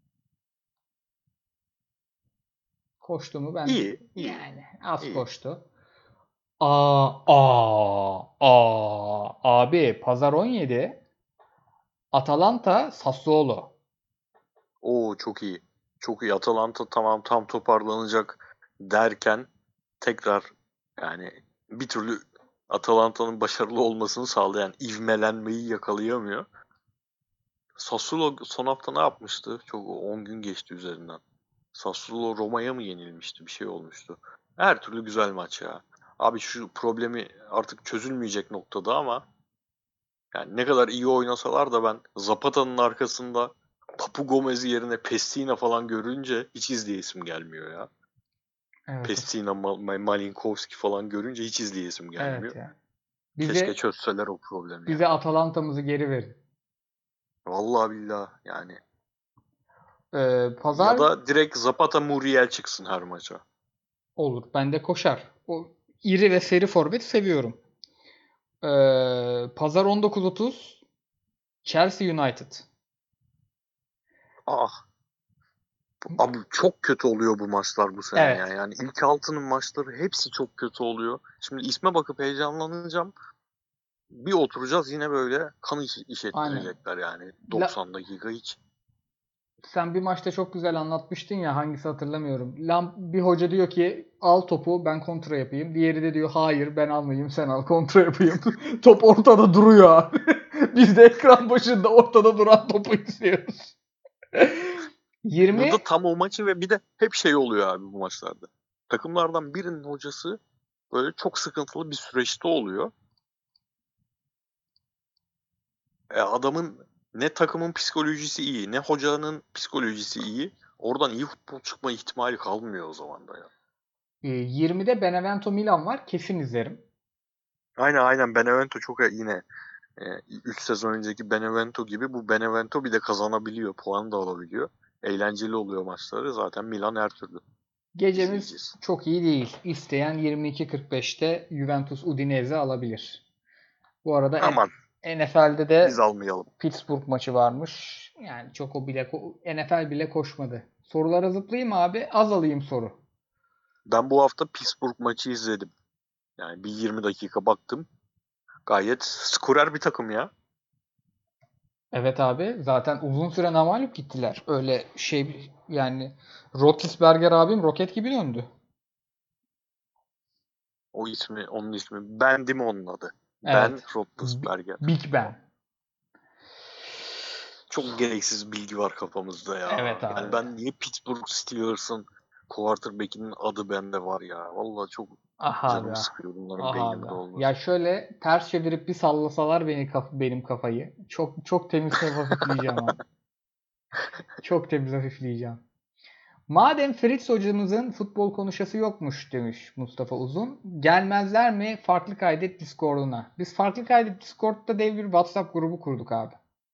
Koştu mu ben? İyi, iyi, Yani az iyi. koştu. Abi Pazar 17 Atalanta Sassuolo. Oo çok iyi. Çok iyi. Atalanta tamam tam toparlanacak derken tekrar yani bir türlü Atalanta'nın başarılı olmasını sağlayan ivmelenmeyi yakalayamıyor. Sassuolo son hafta ne yapmıştı? Çok 10 gün geçti üzerinden. Sassuolo Roma'ya mı yenilmişti? Bir şey olmuştu. Her türlü güzel maç ya. Abi şu problemi artık çözülmeyecek noktada ama yani ne kadar iyi oynasalar da ben Zapata'nın arkasında Papu Gomez yerine Pessina falan görünce hiç izleyesim gelmiyor ya. Evet. Pessina, Malinkovski falan görünce hiç izleyesim Evet gelmiyor. ya. Keşke Bize çözseler o problemi ya. bize Atalanta'mızı geri verin. Vallahi billahi yani. Ya Pazar da direkt Zapata Muriel çıksın her maça. olur. Bende koşar. O iri ve seri forvet seviyorum. Pazar 19.30 Chelsea United. Ah abi çok kötü oluyor bu maçlar bu sene ya. Evet. Yani ilk altının maçları hepsi çok kötü oluyor. Şimdi isme bakıp heyecanlanacağım. Bir oturacağız yine böyle kan iş Aynen. ettirecekler yani. La- 90 dakika hiç. Sen bir maçta çok güzel anlatmıştın ya, hangisi hatırlamıyorum. Bir hoca diyor ki al topu ben kontra yapayım. Diğeri de diyor hayır ben almayayım sen al kontra yapayım. Top ortada duruyor abi. Biz de ekran başında ortada duran topu izliyoruz. 20 Burada tam o maçı ve bir de hep şey oluyor abi bu maçlarda. Takımlardan birinin hocası böyle çok sıkıntılı bir süreçte oluyor. Adamın ne takımın psikolojisi iyi, ne hocanın psikolojisi iyi. Oradan iyi futbol çıkma ihtimali kalmıyor o zaman da ya. 20'de Benevento Milan var. Kesin izlerim. Aynen Benevento çok yine 3 sezon önceki Benevento gibi bu Benevento bir de kazanabiliyor, puan da alabiliyor. Eğlenceli oluyor maçları. Zaten Milan her türlü Gecemiz izleyeceğiz. çok iyi değil. İsteyen 22.45'te Juventus Udinese alabilir. Bu arada Aman NFL'de biz de almayalım. Pittsburgh maçı varmış. Yani çok o bile NFL bile koşmadı. Sorulara zıplayayım abi. Az alayım soru. Ben bu hafta Pittsburgh maçı izledim. Yani bir 20 dakika baktım. Gayet skorer bir takım ya. Evet abi. Zaten uzun süre namağlup gittiler. Öyle şey yani Roethlisberger abim roket gibi döndü. Onun ismi. Ben değil mi onun adı? Ben Evet. Roethlisberger. Big Ben. Çok gereksiz bilgi var kafamızda ya. Evet Yani abi. ben niye Pittsburgh Steelers'ın quarterback'inin adı bende var ya. Vallahi çok Ah abi canımı ah. sıkıyor bunların Ah abi beynimde ah. Ya olması. şöyle ters çevirip bir sallasalar benim kafayı. Çok çok temiz hafifleyeceğim abi. Çok temiz hafifleyeceğim. Madem Fritz hocamızın futbol konuşası yokmuş demiş Mustafa Uzun. Gelmezler mi farklı kaydet Discord'una? Biz farklı kaydet Discord'da dev bir WhatsApp grubu kurduk abi.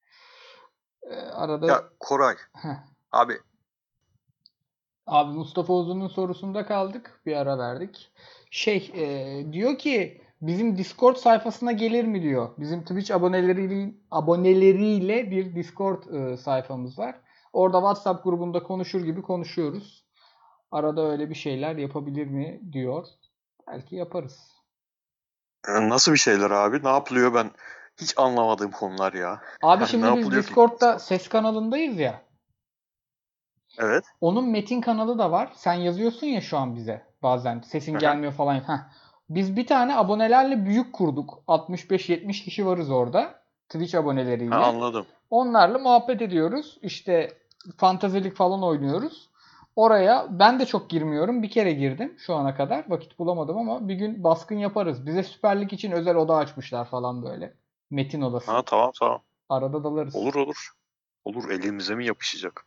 Arada Ya Koray heh. abi Abi Mustafa Uzun'un sorusunda kaldık. Bir ara verdik. Diyor ki bizim Discord sayfasına gelir mi diyor. Bizim Twitch aboneleriyle bir Discord sayfamız var. Orada WhatsApp grubunda konuşur gibi konuşuyoruz. Arada öyle bir şeyler yapabilir mi diyor. Belki yaparız. nasıl bir şeyler abi? Ne yapılıyor ben hiç anlamadığım konular ya. Abi Yani ne şimdi biz yapılıyor ki Discord'da Discord'da? ses kanalındayız ya. Evet. Onun metin kanalı da var. Sen yazıyorsun ya şu an bize bazen sesin Aha. gelmiyor falan. Heh. Biz bir tane abonelerle büyük kurduk. 65-70 kişi varız orada. Twitch Ha, aboneleriyle. anladım. Onlarla muhabbet ediyoruz. İşte fantazilik falan oynuyoruz. Oraya ben de çok girmiyorum. Bir kere girdim şu ana kadar. Vakit bulamadım ama bir gün baskın yaparız. Bize Süper Lig için özel oda açmışlar falan böyle. Metin Ha, odası. tamam. Arada dalarız. Olur. Olur elimize mi yapışacak?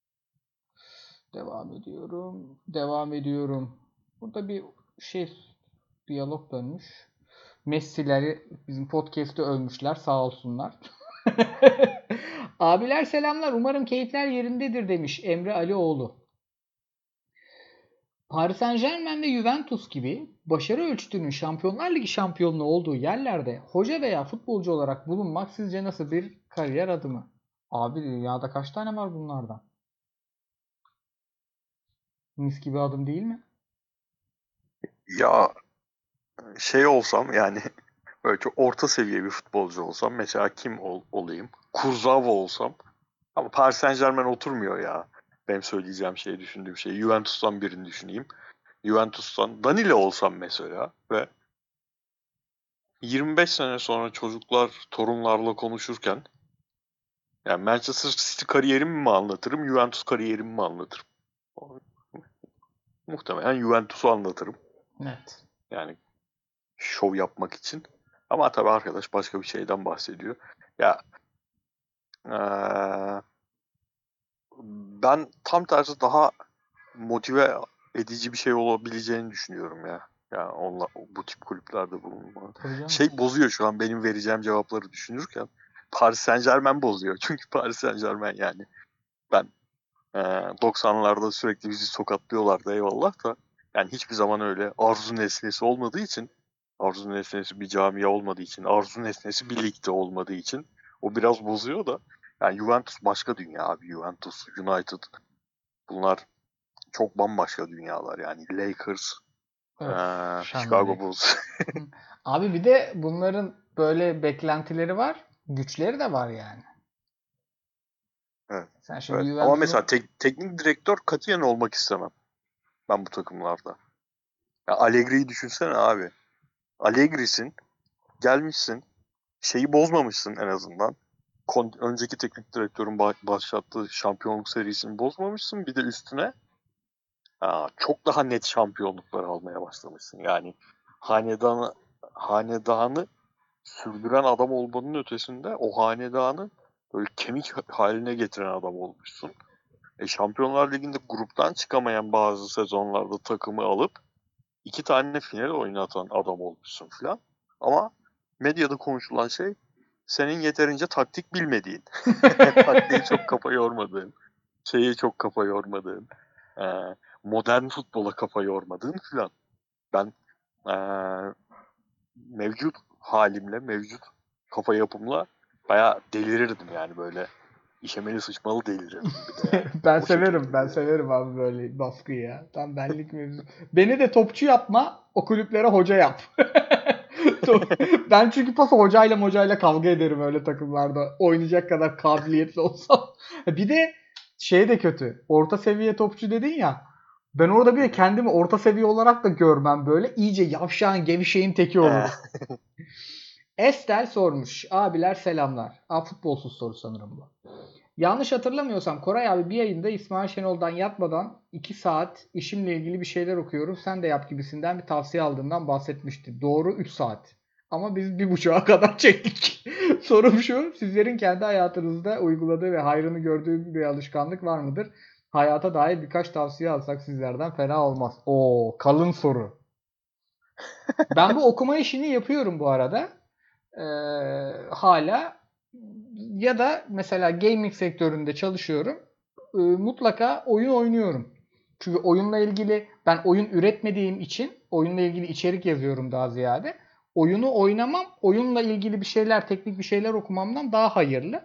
Devam ediyorum. Burada bir şey diyalog dönmüş. Messi'leri bizim podcast'te övmüşler sağ olsunlar. Abiler selamlar. Umarım keyifler yerindedir demiş Emre Alioğlu. Paris Saint-Germain ve Juventus gibi başarı ölçütünün Şampiyonlar Ligi şampiyonluğu olduğu yerlerde hoca veya futbolcu olarak bulunmak sizce nasıl bir kariyer adımı? Abi dünyada kaç tane var bunlardan? Mis gibi adım değil mi? Ya şey olsam yani böyle çok orta seviye bir futbolcu olsam mesela kim olayım? Kurzawa olsam. Ama Paris Saint-Germain oturmuyor ya. Benim söyleyeceğim şey, düşündüğüm şey. Juventus'tan birini düşüneyim. Juventus'tan Danilo olsam mesela ve 25 sene sonra çocuklar torunlarla konuşurken yani Manchester City kariyerimi mi anlatırım, Juventus kariyerimi mi anlatırım? Muhtemelen Juventus'u anlatırım. Evet. Yani şov yapmak için. Ama tabii arkadaş başka bir şeyden bahsediyor. Ya eee, ben tam tersi daha motive edici bir şey olabileceğini düşünüyorum ya. Yani bu tip kulüplerde bulunma. Tabii canım. Şey bozuyor şu an benim vereceğim cevapları düşünürken. Paris Saint-Germain bozuyor. Çünkü Paris Saint-Germain yani ben 90'larda sürekli bizi tokatlıyorlardı eyvallah da yani hiçbir zaman öyle arzu nesnesi olmadığı için, arzu nesnesi bir camia olmadığı için, arzu nesnesi bir ligde olmadığı için o biraz bozuyor da yani Juventus başka dünya abi. Juventus, United bunlar çok bambaşka dünyalar yani. Lakers, Öf, Chicago Şenlik. Bulls. Abi bir de bunların böyle beklentileri var. Güçleri de var yani. Evet. Sen şimdi Evet. Ama mesela Juventus'un teknik direktör katiyen olmak istemem ben bu takımlarda. Ya Allegri'yi düşünsene abi. Allegri'sin, gelmişsin, şeyi bozmamışsın en azından. Önceki teknik direktörün başlattığı şampiyonluk serisini bozmamışsın. Bir de üstüne çok daha net şampiyonluklar almaya başlamışsın. Yani hanedanı sürdüren adam olmanın ötesinde o hanedanı böyle kemik haline getiren adam olmuşsun. Şampiyonlar Ligi'nde gruptan çıkamayan bazı sezonlarda takımı alıp 2 tane final oynatan adam olmuşsun filan. Ama medyada konuşulan şey senin yeterince taktik bilmediğin, taktiğe çok kafa yormadığın, şeye çok kafa yormadığın, e, modern futbola kafa yormadığın filan. Ben e, mevcut halimle, mevcut kafa yapımla bayağı delirirdim yani böyle. İşemeli sıçmalı delirirdim bir de yani. ben O şekilde severim. Ben bir... severim abi böyle baskıyı ya. Tam benlik mevzu. Beni de topçu yapma, o kulüplere hoca yap. Ben çünkü paso hocayla kavga ederim öyle takımlarda. Oynayacak kadar kabiliyetli olsam. Bir de şey de kötü. Orta seviye topçu dedin ya. Ben orada bir de kendimi orta seviye olarak da görmem böyle. İyice yavşağın, gevşeğin teki olurum. Estel sormuş. Abiler selamlar. Futbolsuz soru sanırım bu. Yanlış hatırlamıyorsam Koray abi bir yayında İsmail Şenol'dan yatmadan 2 saat işimle ilgili bir şeyler okuyorum. Sen de yap gibisinden bir tavsiye aldığından bahsetmişti. Doğru 3 saat. Ama biz 1,5'a kadar çektik. Sorum şu. Sizlerin kendi hayatınızda uyguladığı ve hayrını gördüğü bir alışkanlık var mıdır? Hayata dair birkaç tavsiye alsak sizlerden fena olmaz. Oo, kalın soru. Ben bu okuma işini yapıyorum bu arada. Ee, hala ya da mesela gaming sektöründe çalışıyorum. Mutlaka oyun oynuyorum. Çünkü oyunla ilgili ben oyun üretmediğim için oyunla ilgili içerik yazıyorum daha ziyade. Oyunu oynamam, oyunla ilgili bir şeyler, teknik bir şeyler okumamdan daha hayırlı.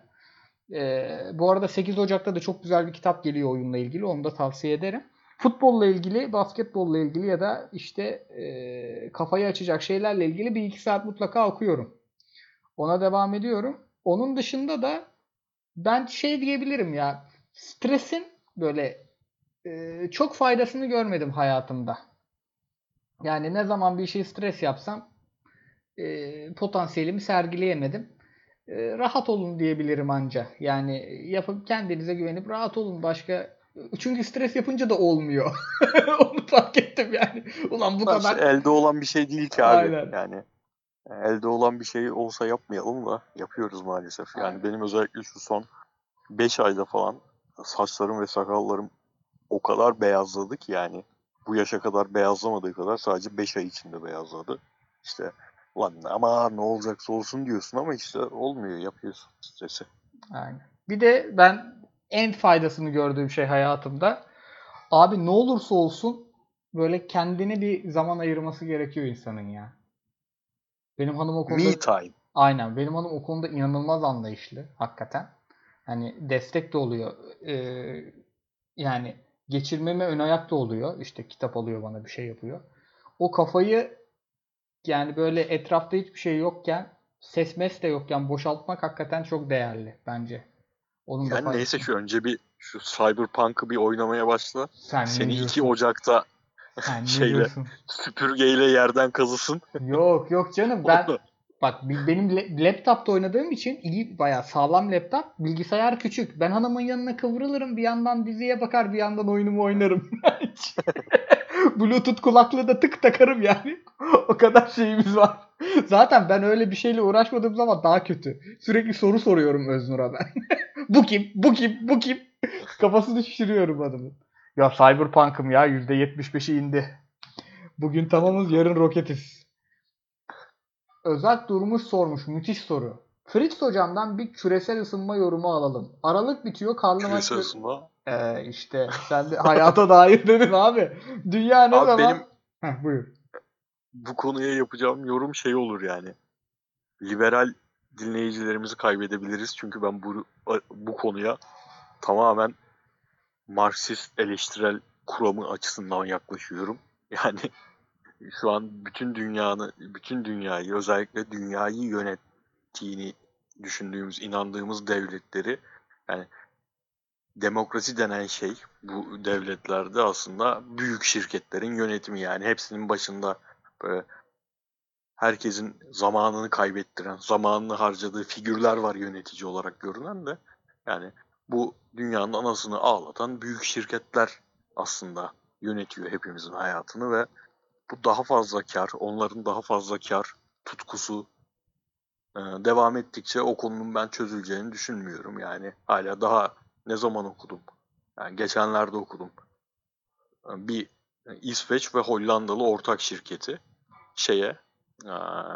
Bu arada 8 Ocak'ta da çok güzel bir kitap geliyor oyunla ilgili. Onu da tavsiye ederim. Futbolla ilgili, basketbolla ilgili ya da işte kafayı açacak şeylerle ilgili bir iki saat mutlaka okuyorum. Ona devam ediyorum. Onun dışında da ben şey diyebilirim ya. Stresin böyle çok faydasını görmedim hayatımda. Yani ne zaman bir şey stres yapsam potansiyelimi sergileyemedim. Rahat olun diyebilirim anca. Yani yapıp kendinize güvenip rahat olun. Başka çünkü stres yapınca da olmuyor. Onu fark ettim yani. Ulan bu İşte kadar. elde olan bir şey değil ki abi. Aynen. Yani elde olan bir şey olsa yapmayalım da yapıyoruz maalesef. Yani Aynen. benim özellikle şu son 5 ayda falan saçlarım ve sakallarım o kadar beyazladı ki yani bu yaşa kadar beyazlamadığı kadar sadece 5 ay içinde beyazladı. İşte lan ama ne olacaksa olsun diyorsun ama işte olmuyor, yapıyorsun stresi. Aynen. Bir de ben en faydasını gördüğüm şey hayatımda abi ne olursa olsun böyle kendine bir zaman ayırması gerekiyor insanın ya. Benim hanım o konuda Me time. aynen benim hanım o konuda inanılmaz anlayışlı hakikaten. Hani destek de oluyor. Yani geçirmeme ön ayak da oluyor. İşte kitap alıyor bana bir şey yapıyor. O kafayı yani böyle etrafta hiçbir şey yokken ses mes de yokken boşaltmak hakikaten çok değerli bence. Onun da Yani neyse faydası. şu önce bir şu Cyberpunk'ı bir oynamaya başla. Sen ne Seni 2 diyorsun? Ocak'ta Sen ne şeyle diyorsun? süpürgeyle yerden kazısın. Yok yok canım ben Onu bak benim laptopta oynadığım için iyi bayağı sağlam laptop. Bilgisayar küçük. Ben hanımın yanına kıvrılırım. Bir yandan diziye bakar bir yandan oyunumu oynarım. Bluetooth kulaklığı da tık takarım yani. O kadar şeyimiz var. Zaten ben öyle bir şeyle uğraşmadığım zaman daha kötü. Sürekli soru soruyorum Öznur'a ben. Bu kim? Bu kim? Bu kim? Kafasını şişiriyorum adamın. Ya Cyberpunk'ım ya %75'i indi. Bugün hadi tamamız bakalım. yarın roketiz. Özalp Durmuş sormuş. Müthiş soru. Fritz hocamdan bir küresel ısınma yorumu alalım. Aralık bitiyor karnım aç. Küresel ısınma. İşte sen de hayata dair dedin abi. Dünya ne Abi benim zaman? Buyur. bu konuya yapacağım yorum şey olur yani. Liberal dinleyicilerimizi kaybedebiliriz. Çünkü ben bu konuya tamamen Marksist eleştirel kuramı açısından yaklaşıyorum. Yani şu an bütün dünyayı, özellikle dünyayı yönettiğini düşündüğümüz, inandığımız devletleri, yani demokrasi denen şey bu devletlerde aslında büyük şirketlerin yönetimi, yani hepsinin başında böyle herkesin zamanını kaybettiren, zamanını harcadığı figürler var yönetici olarak görünen de. Yani bu dünyanın anasını ağlatan büyük şirketler aslında yönetiyor hepimizin hayatını ve bu daha fazla kar, onların daha fazla kar tutkusu devam ettikçe o konunun ben çözüleceğini düşünmüyorum. Yani hala daha ne zaman okudum? Yani geçenlerde okudum. Bir İsveç ve Hollandalı ortak şirketi şeye e,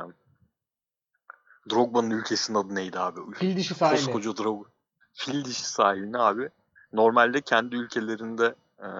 Drogba'nın ülkesinin adı neydi abi? Fil dişi Şu sahili. koskoca Drogba. Fil dişi sahiline abi. Normalde kendi ülkelerinde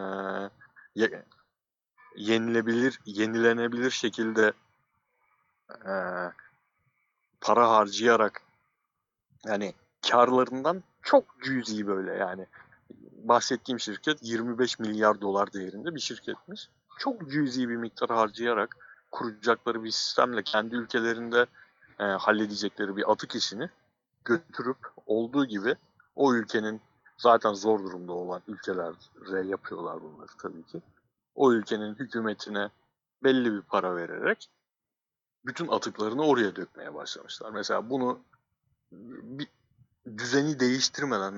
yenilenebilir şekilde e, para harcayarak, yani karlarından çok cüzi böyle yani. Bahsettiğim şirket 25 milyar dolar değerinde bir şirketmiş. Çok cüzi bir miktar harcayarak kuracakları bir sistemle kendi ülkelerinde halledecekleri bir atık işini götürüp olduğu gibi o ülkenin zaten zor durumda olan ülkelere yapıyorlar bunları tabii ki. O ülkenin hükümetine belli bir para vererek bütün atıklarını oraya dökmeye başlamışlar. Mesela bunu bir düzeni değiştirmeden,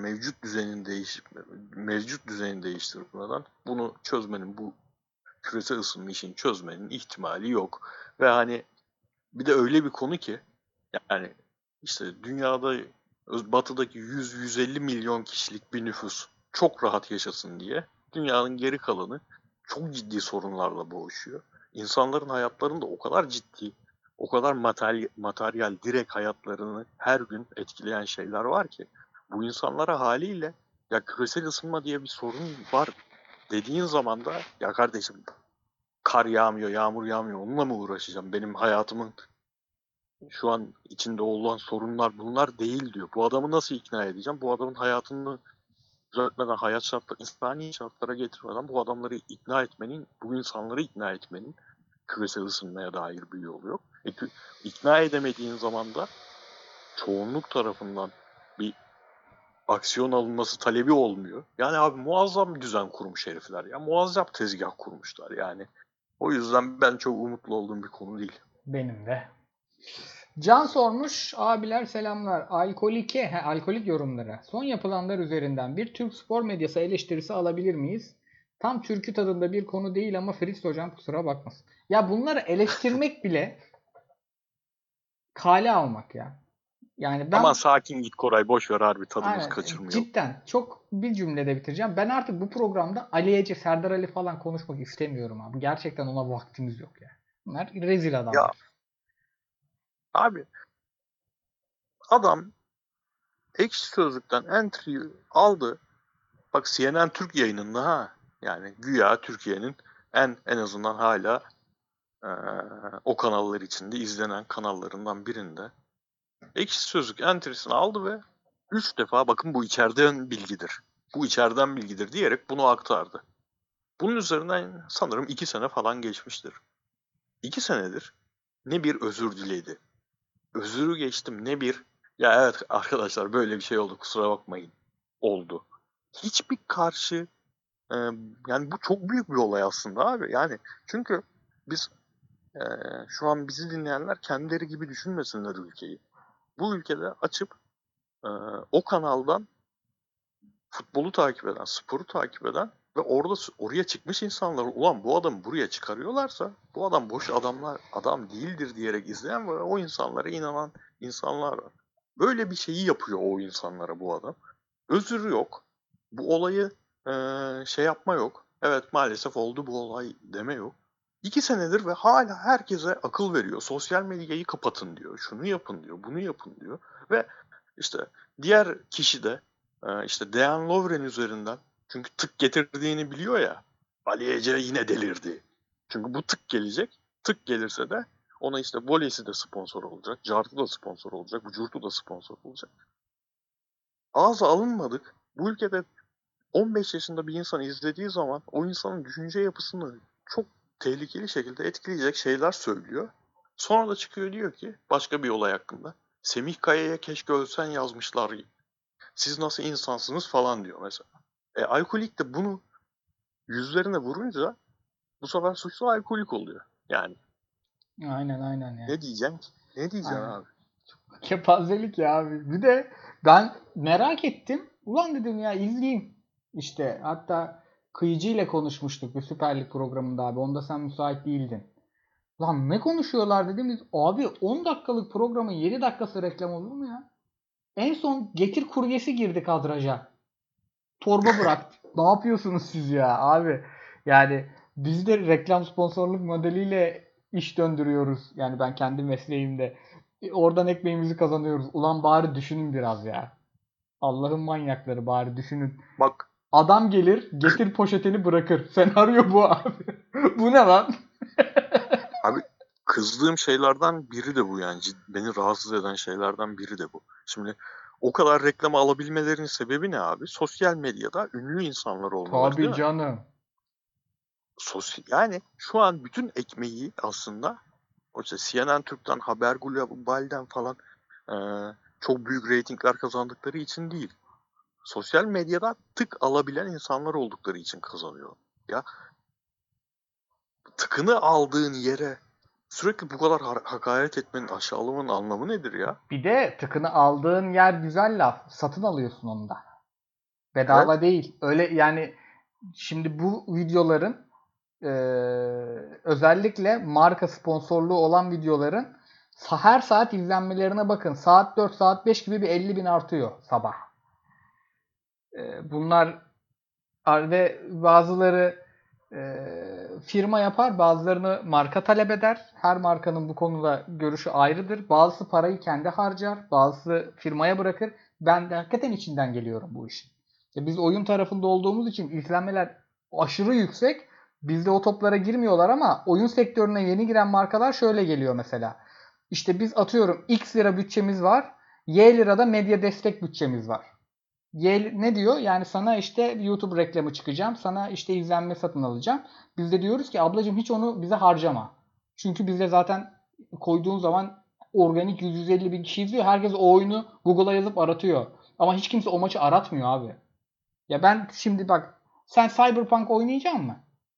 mevcut düzeni değiştirmeden bunu çözmenin, bu küresel ısınma işini çözmenin ihtimali yok. Ve hani bir de öyle bir konu ki, yani işte dünyada batıdaki 100-150 milyon kişilik bir nüfus çok rahat yaşasın diye dünyanın geri kalanı çok ciddi sorunlarla boğuşuyor. İnsanların hayatlarında o kadar ciddi, o kadar materyal direkt hayatlarını her gün etkileyen şeyler var ki bu insanlara haliyle ya küresel ısınma diye bir sorun var dediğin zaman da ya kardeşim kar yağmıyor, yağmur yağmıyor onunla mı uğraşacağım? Benim hayatımın şu an içinde olan sorunlar bunlar değil diyor. Bu adamı nasıl ikna edeceğim? Bu adamın hayatını düzeltmeden, hayat şartları, insani şartlara getirmeden bu adamları ikna etmenin, bu insanları ikna etmenin küresel ısınmaya dair bir yolu yok. İkna edemediğin zaman da çoğunluk tarafından bir aksiyon alınması talebi olmuyor. Yani abi muazzam bir düzen kurmuş herifler ya. Muazzam tezgah kurmuşlar yani. O yüzden ben çok umutlu olduğum bir konu değil. Benim de. Can sormuş. Abiler selamlar. Alkolik yorumları. Son yapılanlar üzerinden bir Türk spor medyası eleştirisi alabilir miyiz? Tam türkü tadında bir konu değil ama Fritz hocam kusura bakmasın. Ya bunları eleştirmek bile kale almak ya. Yani Ama ben sakin git Koray, boş ver harbi tadımızı aynen kaçırmayalım. cidden çok bir cümlede bitireceğim. Ben artık bu programda Ali Ece, Serdar Ali falan konuşmak istemiyorum abi. Gerçekten ona vaktimiz yok ya. Bunlar rezil Ya adamlar. abi adam Ekşi Sözlük'ten entry'yi aldı. Bak CNN Türk yayınında ha. Yani güya Türkiye'nin En azından hala o kanallar içinde izlenen kanallarından birinde Ekşi Sözlük entrisini aldı ve 3 defa bakın bu içeriden bilgidir. Bu içeriden bilgidir diyerek bunu aktardı. Bunun üzerinden sanırım 2 sene falan geçmiştir. 2 senedir ne bir özür diledi. Özürü geçtim ne bir ya evet arkadaşlar böyle bir şey oldu kusura bakmayın oldu. Hiçbir karşı e, yani bu çok büyük bir olay aslında abi. Yani çünkü biz e, şu an bizi dinleyenler kendileri gibi düşünmesinler ülkeyi. Bu ülkede açıp e, o kanaldan futbolu takip eden, sporu takip eden ve oraya çıkmış insanlar ulan bu adamı buraya çıkarıyorlarsa bu adam boş adam değildir diyerek izleyen ve o insanlara inanan insanlar var. Böyle bir şeyi yapıyor o insanlara bu adam. Özürü yok. Bu olayı şey yapma yok. Evet maalesef oldu bu olay deme yok. 2 senedir ve hala herkese akıl veriyor. Sosyal medyayı kapatın diyor. Şunu yapın diyor. Bunu yapın diyor. Ve işte diğer kişi de işte Dejan Lovren üzerinden çünkü tık getirdiğini biliyor ya. Ali Ece yine delirdi. Çünkü bu tık gelecek. Tık gelirse de ona işte Volesi de sponsor olacak. Cartu da sponsor olacak. Vücurtu da sponsor olacak. Ağza alınmadık. Bu ülkede 15 yaşında bir insan izlediği zaman o insanın düşünce yapısını çok tehlikeli şekilde etkileyecek şeyler söylüyor. Sonra da çıkıyor diyor ki başka bir olay hakkında. Semih Kaya'ya keşke ölsen yazmışlar. Siz nasıl insansınız falan diyor mesela. Alkolik de bunu yüzlerine vurunca bu sefer suçlu alkolik oluyor. Yani Aynen ya. ne diyeceksin ki? Ne diyeceksin Aynen. abi? Kepazelik ya abi. Bir de ben merak ettim. Ulan dedim ya izleyeyim. İşte hatta Kıyıcı ile konuşmuştuk bir Süper Lig programında abi. Onda sen müsait değildin. Lan ne konuşuyorlar dedim. Abi 10 dakikalık programın 7 dakikası reklam olur mu ya? En son Getir kuryesi girdi kadraja. Torba bıraktı. Ne yapıyorsunuz siz ya abi? Yani biz de reklam sponsorluk modeliyle iş döndürüyoruz. Yani ben kendi mesleğimde. Oradan ekmeğimizi kazanıyoruz. Ulan bari düşünün biraz ya. Allah'ın manyakları bari düşünün. Bak Adam gelir getir poşetini bırakır. Senaryo bu abi. Bu ne lan? abi kızdığım şeylerden biri de bu yani. Beni rahatsız eden şeylerden biri de bu. Şimdi o kadar reklam alabilmelerinin sebebi ne abi? Sosyal medyada ünlü insanlar olmaları değil Tabii mi? canım. Yani şu an bütün ekmeği aslında o işte CNN Türk'ten, Haber Global'den falan e, çok büyük reytingler kazandıkları için değil. Sosyal medyada tık alabilen insanlar oldukları için kazanıyor. Ya tıkını aldığın yere sürekli bu kadar hakaret etmenin, aşağılamanın anlamı nedir ya? Bir de tıkını aldığın yer güzel laf. Satın alıyorsun onu da. Evet. Bedava değil. Öyle yani şimdi bu videoların özellikle marka sponsorluğu olan videoların her saat izlenmelerine bakın. Saat 4, saat 5 gibi bir 50 bin artıyor sabah. Bunlar ve bazıları firma yapar, bazılarını marka talep eder. Her markanın bu konuda görüşü ayrıdır. Bazısı parayı kendi harcar, bazısı firmaya bırakır. Ben de hakikaten içinden geliyorum bu işin. İşte biz oyun tarafında olduğumuz için izlenmeler aşırı yüksek. Bizde o toplara girmiyorlar ama oyun sektörüne yeni giren markalar şöyle geliyor mesela. İşte biz atıyorum X lira bütçemiz var. Y lirada medya destek bütçemiz var. Ne diyor? Yani sana işte YouTube reklamı çıkacağım. Sana işte izlenme satın alacağım. Biz de diyoruz ki ablacığım hiç onu bize harcama. Çünkü bizde zaten koyduğun zaman organik 150 bin kişi izliyor. Herkes o oyunu Google'a yazıp aratıyor. Ama hiç kimse o maçı aratmıyor abi. Ya ben şimdi bak sen Cyberpunk oynayacak mısın?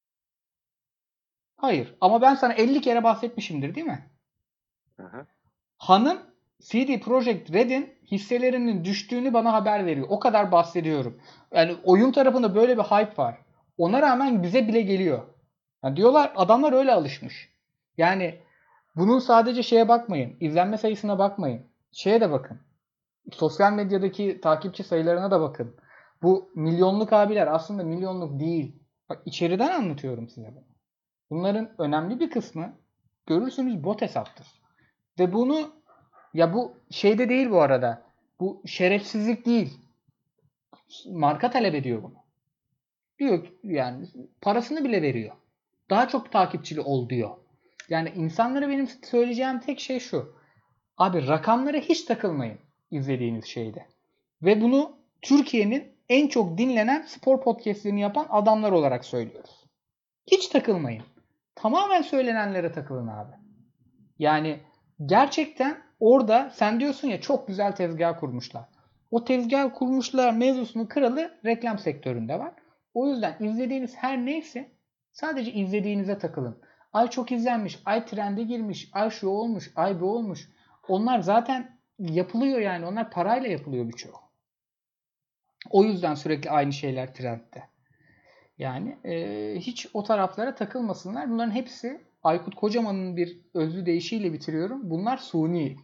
Hayır. Ama ben sana 50 kere bahsetmişimdir değil mi? Hı hı. Hanım CD Projekt Red'in hisselerinin düştüğünü bana haber veriyor. O kadar bahsediyorum. Yani oyun tarafında böyle bir hype var. Ona rağmen bize bile geliyor. Yani diyorlar adamlar öyle alışmış. Yani bunun sadece şeye bakmayın. İzlenme sayısına bakmayın. Şeye de bakın. Sosyal medyadaki takipçi sayılarına da bakın. Bu milyonluk abiler aslında milyonluk değil. Bak içeriden anlatıyorum size bunu. Bunların önemli bir kısmı görürsünüz bot hesaptır. Ve bunu ya bu şeyde değil bu arada. Bu şerefsizlik değil. Marka talep ediyor bunu. Diyor yani parasını bile veriyor. daha çok takipçili ol diyor. Yani insanlara benim söyleyeceğim tek şey şu. Abi rakamlara hiç takılmayın izlediğiniz şeyde. Ve bunu Türkiye'nin en çok dinlenen spor podcastlerini yapan adamlar olarak söylüyoruz. Hiç takılmayın. Tamamen söylenenlere takılın abi. Yani gerçekten orada sen diyorsun ya çok güzel tezgah kurmuşlar. O tezgah kurmuşlar mevzusunun kralı reklam sektöründe var. O yüzden izlediğiniz her neyse sadece izlediğinize takılın. Ay çok izlenmiş, ay trende girmiş, ay şu olmuş, ay bu olmuş. Onlar zaten yapılıyor yani. Onlar parayla yapılıyor birçoğu. O yüzden sürekli aynı şeyler trendde. Yani hiç o taraflara takılmasınlar. Bunların hepsi Aykut Kocaman'ın bir özlü deyişiyle bitiriyorum. Bunlar suni.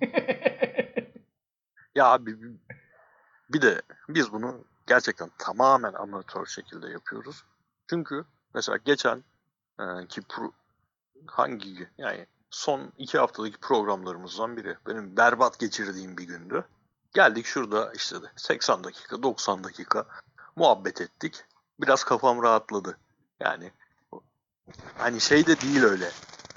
Ya abi bir de biz bunu gerçekten tamamen amatör şekilde yapıyoruz. Çünkü mesela geçen ki hangi yani son 2 haftadaki programlarımızdan biri. Benim berbat geçirdiğim bir gündü. Geldik şurada işte 80 dakika 90 dakika muhabbet ettik. Biraz kafam rahatladı. Yani hani şey de değil öyle.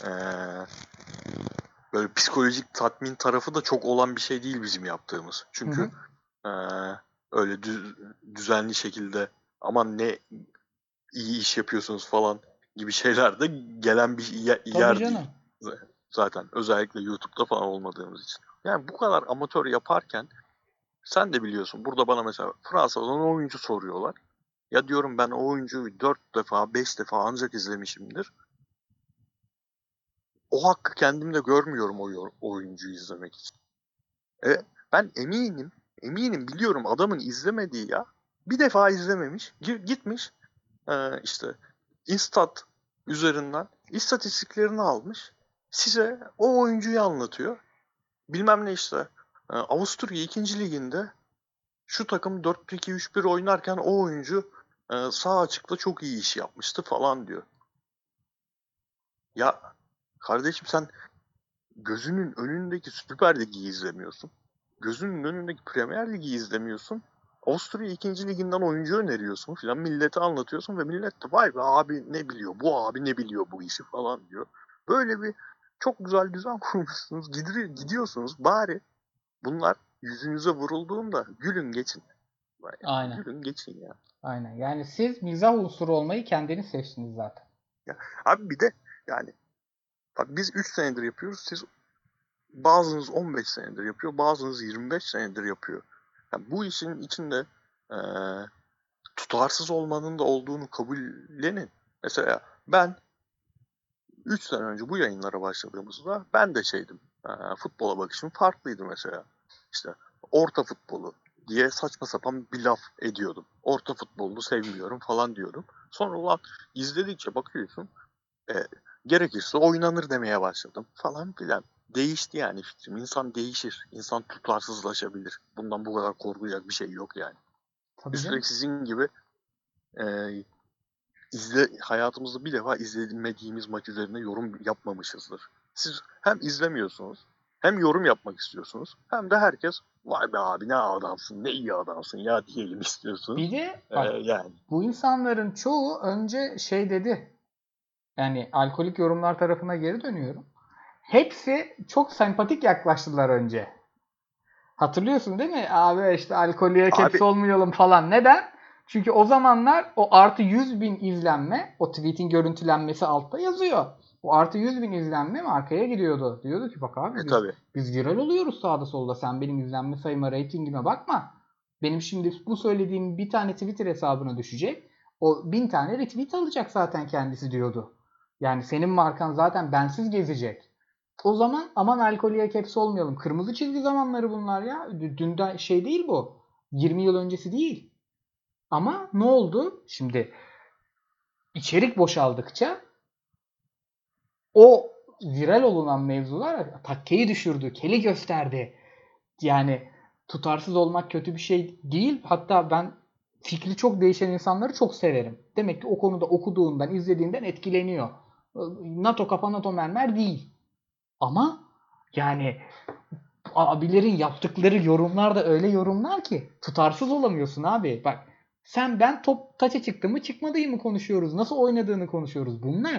Böyle psikolojik tatmin tarafı da çok olan bir şey değil bizim yaptığımız. Çünkü öyle düzenli şekilde aman ne iyi iş yapıyorsunuz falan gibi şeyler de gelen bir yer değil. Zaten özellikle YouTube'da falan olmadığımız için. Yani bu kadar amatör yaparken sen de biliyorsun burada bana mesela Fransa'dan oyuncu soruyorlar. Ya diyorum ben o oyuncuyu 4 defa 5 defa ancak izlemişimdir. O hakkı kendimde görmüyorum o oyuncuyu izlemek için. Ben eminim biliyorum adamın izlemediği ya. Bir defa izlememiş, gitmiş işte Instat üzerinden istatistiklerini almış. Size o oyuncuyu anlatıyor. Bilmem ne işte Avusturya 2. Liginde şu takım 4-2-3-1 oynarken o oyuncu sağ açıkta çok iyi iş yapmıştı falan diyor. Ya kardeşim sen gözünün önündeki Süper Lig'i izlemiyorsun. Gözünün önündeki Premier Lig'i izlemiyorsun. Avusturya 2. Liginden oyuncu öneriyorsun filan millete anlatıyorsun ve millet de vay be abi ne biliyor bu abi ne biliyor bu işi falan diyor. Böyle bir çok güzel düzen kurmuşsunuz gidiyorsunuz bari bunlar yüzünüze vurulduğunda gülün geçin. Yani, Aynen. gülün geçin ya. Aynen. Yani siz mizah unsuru olmayı kendiniz seçtiniz zaten. Ya, abi bir de yani bak biz 3 senedir yapıyoruz siz bazınız 15 senedir yapıyor, bazınız 25 senedir yapıyor. Yani bu işin içinde tutarsız olmanın da olduğunu kabullenin. Mesela ben 3 sene önce bu yayınlara başladığımızda ben de şeydim. Futbola bakışım farklıydı mesela. İşte orta futbolu diye saçma sapan bir laf ediyordum. Orta futbolunu sevmiyorum falan diyordum. Sonra ulan izledikçe bakıyorsun gerekirse oynanır demeye başladım falan filan. Değişti yani fikrim. İnsan değişir. İnsan tutarsızlaşabilir. Bundan bu kadar korkacak bir şey yok yani. Tabii Üstelik canım. sizin gibi hayatımızda bir defa izlemediğimiz maç üzerine yorum yapmamışızdır. Siz hem izlemiyorsunuz, hem yorum yapmak istiyorsunuz, hem de herkes vay be abi ne adamsın, ne iyi adamsın ya diyelim istiyorsunuz. Bir de bak Yani. bu insanların çoğu önce şey dedi. Yani alkolik yorumlar tarafına geri dönüyorum. Hepsi çok sempatik yaklaştılar önce. Hatırlıyorsun değil mi? Abi işte alkolüye caps olmayalım falan. Neden? Çünkü o zamanlar o artı 100.000 izlenme, o tweet'in görüntülenmesi altta yazıyor. O artı 100.000 izlenme markaya gidiyordu. Diyordu ki bak abi biz viral oluyoruz sağda solda. Sen benim izlenme sayıma, reytingime bakma. Benim şimdi bu söylediğim bir tane Twitter hesabına düşecek. O 1000 tane retweet alacak zaten kendisi diyordu. Yani senin markan zaten bensiz gezecek. O zaman aman alkolüye caps olmayalım. Kırmızı çizgi zamanları bunlar ya. Dünden şey değil bu. 20 yıl öncesi değil. Ama ne oldu? Şimdi içerik boşaldıkça o viral olunan mevzular takkeyi düşürdü. Keli gösterdi. Yani tutarsız olmak kötü bir şey değil. Hatta ben fikri çok değişen insanları çok severim. Demek ki o konuda okuduğundan, izlediğinden etkileniyor. NATO kafa NATO mermer değil. Ama yani abilerin yaptıkları yorumlar da öyle yorumlar ki tutarsız olamıyorsun abi. Bak sen ben top taça çıktı mı çıkmadığı mı konuşuyoruz. Nasıl oynadığını konuşuyoruz. Bunlar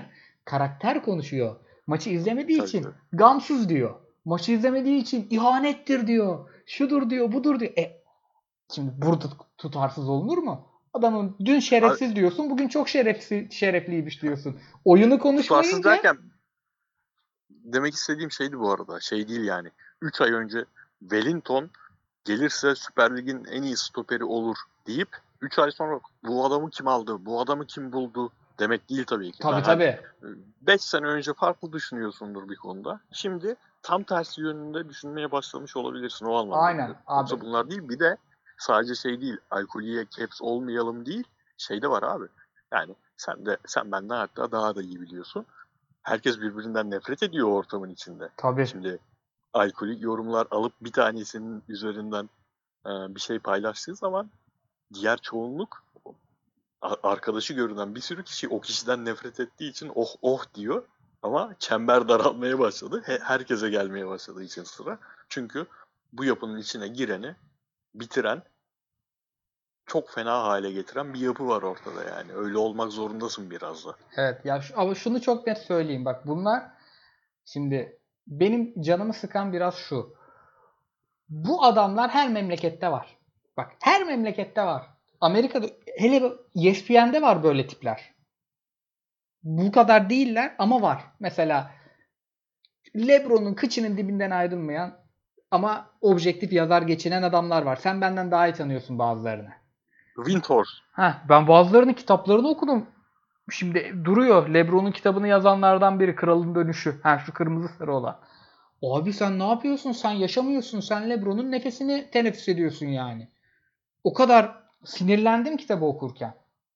Karakter konuşuyor. Maçı izlemediği Tabii, için tabii. gamsız diyor. Maçı izlemediği için ihanettir diyor. Şudur diyor, budur diyor. Şimdi burada tutarsız olunur mu? Adamın dün Abi, şerefsiz diyorsun, bugün çok şerefliymiş diyorsun. Oyunu tutarsız konuşmayınca derken demek istediğim şeydi bu arada. Şey değil yani. 3 ay önce Wellington gelirse Süper Lig'in en iyi stoperi olur deyip 3 ay sonra bu adamı kim aldı, bu adamı kim buldu demek değil tabii ki. Ben tabii. 5 sene önce farklı düşünüyorsundur bir konuda. Şimdi tam tersi yönünde düşünmeye başlamış olabilirsin, o anlamda Aynen diyorum. abi. Yoksa bunlar değil, bir de sadece şey değil, alkoliye caps olmayalım değil, şey de var abi. Yani sen benden hatta daha da iyi biliyorsun. Herkes birbirinden nefret ediyor o ortamın içinde. Tabii. Şimdi alkolik yorumlar alıp bir tanesinin üzerinden bir şey paylaştığı zaman diğer çoğunluk, arkadaşı görünen bir sürü kişi o kişiden nefret ettiği için oh oh diyor. Ama çember daralmaya başladı. Herkese gelmeye başladığı için sıra. Çünkü bu yapının içine gireni, bitiren, çok fena hale getiren bir yapı var ortada yani. Öyle olmak zorundasın biraz da. Evet ya ama şunu çok net söyleyeyim. Bak bunlar şimdi benim canımı sıkan biraz şu. Bu adamlar her memlekette var. Bak her memlekette var. Amerika'da hele ESPN'de var böyle tipler. Bu kadar değiller ama var. Mesela LeBron'un kıçının dibinden ayrılmayan ama objektif yazar geçinen adamlar var. Sen benden daha iyi tanıyorsun bazılarını. Windhorse. Ben bazılarının kitaplarını okudum. Şimdi duruyor. LeBron'un kitabını yazanlardan biri. Kralın Dönüşü. Şu kırmızı sarı olan. Abi sen ne yapıyorsun? Sen yaşamıyorsun. Sen LeBron'un nefesini teneffüs ediyorsun yani. O kadar sinirlendim kitabı okurken.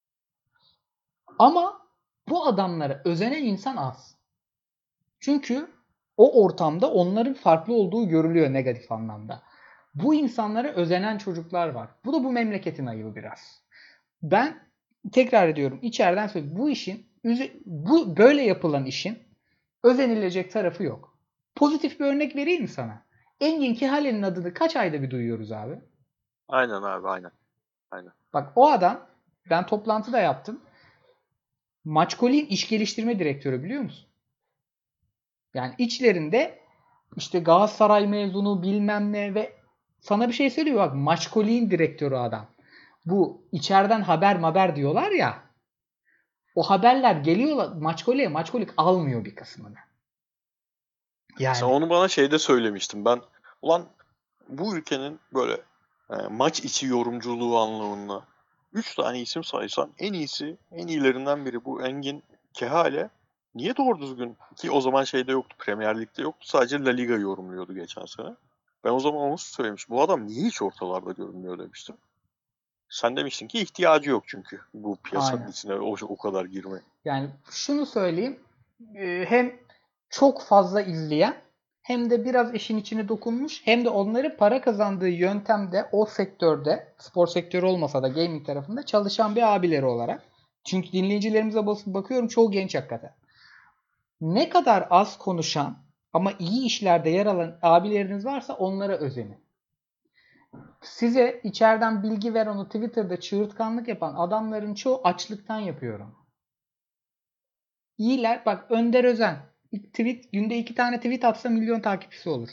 Ama bu adamlara özenen insan az. Çünkü o ortamda onların farklı olduğu görülüyor negatif anlamda. Bu insanlara özenen çocuklar var. Bu da bu memleketin ayıbı biraz. Ben tekrar ediyorum, içeriden söylüyorum. Bu böyle yapılan işin özenilecek tarafı yok. Pozitif bir örnek vereyim mi sana? Engin Kihale'nin adını kaç ayda bir duyuyoruz abi? Aynen abi, aynen. Bak o adam, ben toplantıda yaptım. Maçkolik'in iş geliştirme direktörü, biliyor musun? Yani içlerinde işte Galatasaray mezunu bilmem ne ve sana bir şey söylüyor bak, Maçkolik'in direktörü adam. Bu içeriden haber diyorlar ya. O haberler geliyorlar Maçkolik almıyor bir kısmını. Sen Yani onu bana şeyde söylemiştin. Ben ulan bu ülkenin böyle maç içi yorumculuğu anlamında 3 tane isim saysan en iyisi, en iyilerinden biri bu Engin Kehale. Niye doğru düzgün, ki o zaman şeyde yoktu, Premier Lig'de yoktu, sadece La Liga yorumluyordu geçen sene. Ben o zaman onu söylemiştim. Bu adam niye hiç ortalarda görünmüyor demiştim. Sen demiştin ki ihtiyacı yok çünkü bu piyasanın aynen. içine o kadar girme. Yani şunu söyleyeyim. Hem çok fazla izleyen hem de biraz işin içine dokunmuş hem de onları para kazandığı yöntemde o sektörde, spor sektörü olmasa da gaming tarafında çalışan bir abileri olarak. Çünkü dinleyicilerimize bakıyorum, çoğu genç hakikaten. Ne kadar az konuşan ama iyi işlerde yer alan abileriniz varsa onlara özenin. Size içeriden bilgi ver, onu Twitter'da çığırtkanlık yapan adamların çoğu açlıktan yapıyorum. İyiler. Bak Önder Özen. Günde 2 tane tweet atsa milyon takipçisi olur.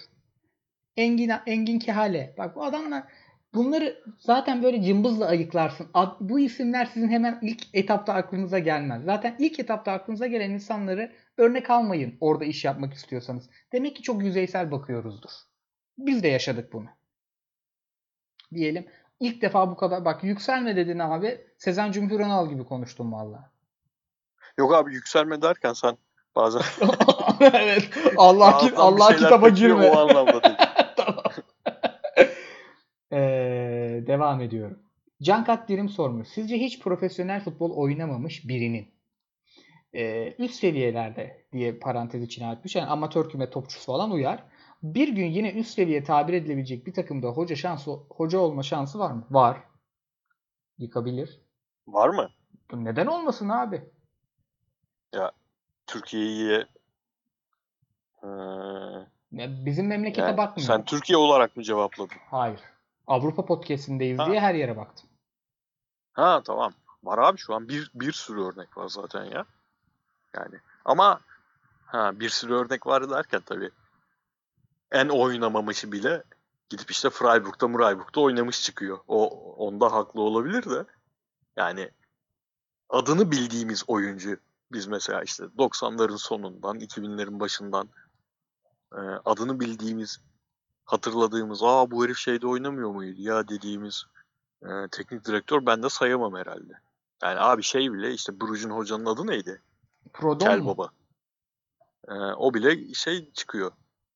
Engin Kehale. Bak bu adamlar, bunları zaten böyle cımbızla ayıklarsın. Bu isimler sizin hemen ilk etapta aklınıza gelmez. Zaten ilk etapta aklınıza gelen insanları örnek almayın orada iş yapmak istiyorsanız. Demek ki çok yüzeysel bakıyoruzdur. Biz de yaşadık bunu. Diyelim. İlk defa bu kadar, bak yükselme dedin abi. Sezen Cumhur Önal gibi konuştum valla. Yok abi, yükselme derken sen bazen Evet. Allah ağızdan bir Allah şeyler kitaba kaçıyor, girme. o anlamda dedim. Tamam. Devam ediyorum. Can Katlirim sormuş. Sizce hiç profesyonel futbol oynamamış birinin üst seviyelerde diye parantez içine atmış. Yani amatör küme topçusu falan uyar. Bir gün yine üst seviye tabir edilebilecek bir takımda hoca olma şansı var mı? Var. Yıkabilir. Var mı? Neden olmasın abi? Ya Türkiye'ye eee, Ya bizim memlekete yani sen bakmıyorum. Türkiye olarak mı cevapladın? Hayır. Avrupa podcast'indeyiz Ha, diye her yere baktım. ha tamam. Var abi, şu an bir sürü örnek var zaten ya. Yani Ama bir sürü örnek var derken tabii en oynamamışı bile gidip işte Freiburg'da oynamış çıkıyor. Onda haklı olabilir de yani adını bildiğimiz oyuncu biz mesela işte 90'ların sonundan 2000'lerin başından adını bildiğimiz hatırladığımız bu herif şeyde oynamıyor muydu ya dediğimiz teknik direktör ben de sayamam herhalde. Yani abi şey bile işte Bruges'un hocanın adı neydi? Prodon Kel mu? Baba. O bile şey çıkıyor.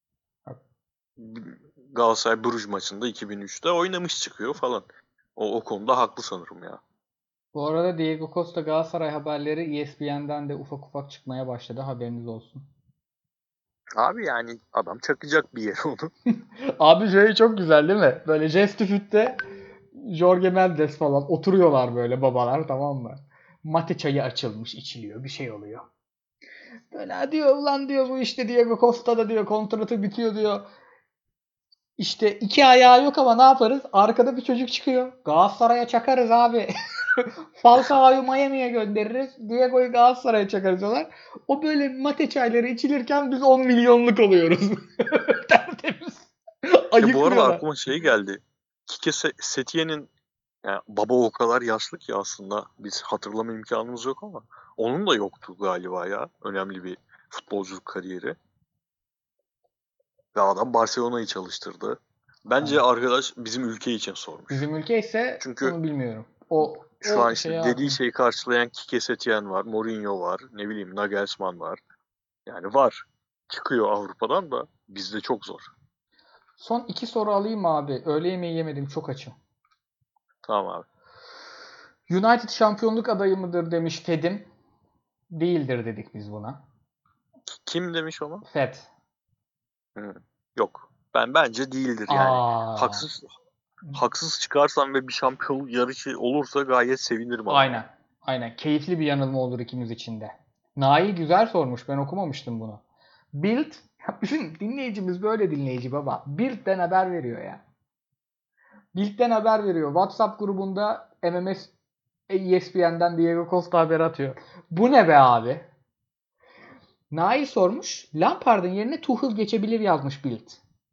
Galatasaray Bruges maçında 2003'te oynamış çıkıyor falan. O konuda haklı sanırım ya. Bu arada Diego Costa Galatasaray haberleri ESPN'den de ufak ufak çıkmaya başladı. Haberiniz olsun. Abi yani adam çakacak bir yere onu. Abi şey çok güzel değil mi? Böyle Jestüfüt'te Jorge Mendes falan oturuyorlar böyle babalar, tamam mı? Mate çayı açılmış, içiliyor, bir şey oluyor. Böyle diyor ulan diyor bu işte Diego Costa da diyor kontratı bitiyor diyor. İşte iki ayağı yok ama ne yaparız? Arkada bir çocuk çıkıyor. Galatasaray'a çakarız abi. Falcao'yu Miami'ye göndeririz. Diego'yu Galatasaray'a çakarız diyorlar. O böyle mate çayları içilirken biz 10 milyonluk oluyoruz. Tertemiz. Bu arada Ayıklıyorlar. aklıma şey geldi. Kike Setyen'in yani baba o kadar yaşlı ki aslında biz hatırlama imkanımız yok ama onun da yoktu galiba ya. Önemli bir futbolculuk kariyeri. Ve adam Barcelona'yı çalıştırdı. Bence Aynen. arkadaş bizim ülke için sormuş. Bizim ülke ise Çünkü onu bilmiyorum. O şu an o işte şeye dediği hakim. şeyi karşılayan Kike Setien var, Mourinho var, ne bileyim Nagelsmann var. Yani var. Çıkıyor Avrupa'dan da bizde çok zor. Son iki soru alayım mı abi? Öğle yemeği yemedim, çok açım. Tamam abi. United şampiyonluk adayı mıdır demiş Fed'im. Değildir dedik biz buna. Kim demiş onu? Fed. Hı. Yok. Bence değildir yani. Aa, Haksız çıkarsam ve bir şampiyonluk yarışı olursa gayet sevinirim adama. aynen. Aynen. Keyifli bir yanılma olur ikimiz için de. Nail güzel sormuş. Ben okumamıştım bunu. Bild, bizim dinleyicimiz böyle dinleyici baba. Bild'den haber veriyor ya. Bild'den haber veriyor. WhatsApp grubunda MMS ESPN'den Diego Costa haber atıyor. Bu ne be abi? Nail sormuş. Lampard'ın yerine Tuchel geçebilir yazmış Bild.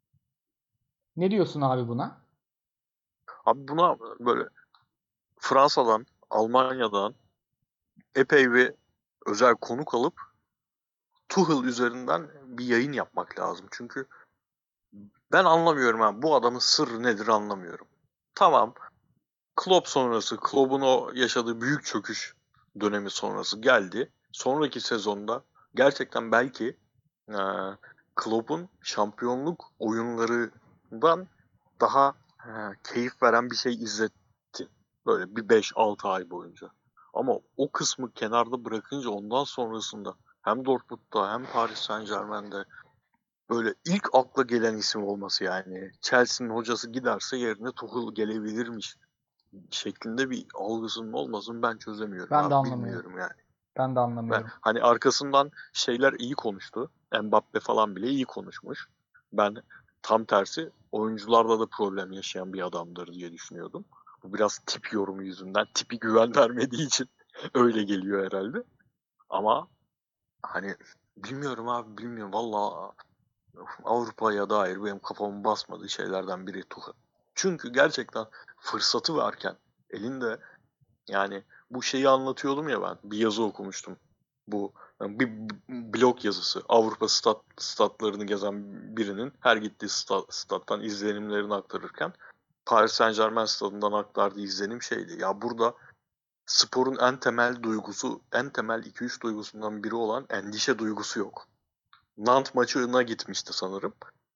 Ne diyorsun abi buna? Abi buna böyle Fransa'dan, Almanya'dan epey bir özel konuk alıp Tuchel üzerinden bir yayın yapmak lazım. Çünkü ben anlamıyorum abi. Bu adamın sırrı nedir anlamıyorum. Tamam. Klopp sonrası, Klopp'un o yaşadığı büyük çöküş dönemi sonrası geldi. Sonraki sezonda gerçekten belki e, Klopp'un şampiyonluk oyunlarından daha keyif veren bir şey izletti. Böyle bir 5-6 ay boyunca. Ama o kısmı kenarda bırakınca ondan sonrasında hem Dortmund'da hem Paris Saint-Germain'de böyle ilk akla gelen isim olması yani. Chelsea'nin hocası giderse yerine Tuchel gelebilirmiş şeklinde bir algısının olmasını ben çözemiyorum Ben de abi. anlamıyorum. Bilmiyorum yani. Ben de Ben anlamıyorum. hani arkasından şeyler iyi konuştu. Mbappe falan bile iyi konuşmuş. Ben tam tersi oyuncularla da problem yaşayan bir adamdır diye düşünüyordum. Bu biraz tip yorumu yüzünden, tipi güven vermediği için öyle geliyor herhalde. Ama hani bilmiyorum abi, bilmiyorum. Valla Avrupa'ya dair benim kafamı basmadığı şeylerden biri Tuchel. Çünkü gerçekten fırsatı varken elinde, yani bu şeyi anlatıyordum ya, ben bir yazı okumuştum. Bu bir blog yazısı. Avrupa statlarını gezen birinin her gittiği stat'tan izlenimlerini aktarırken Paris Saint-Germain stadından aktardığı izlenim şeydi. Ya burada sporun en temel duygusu, en temel 2-3 duygusundan biri olan endişe duygusu yok. Nantes maçına gitmişti sanırım.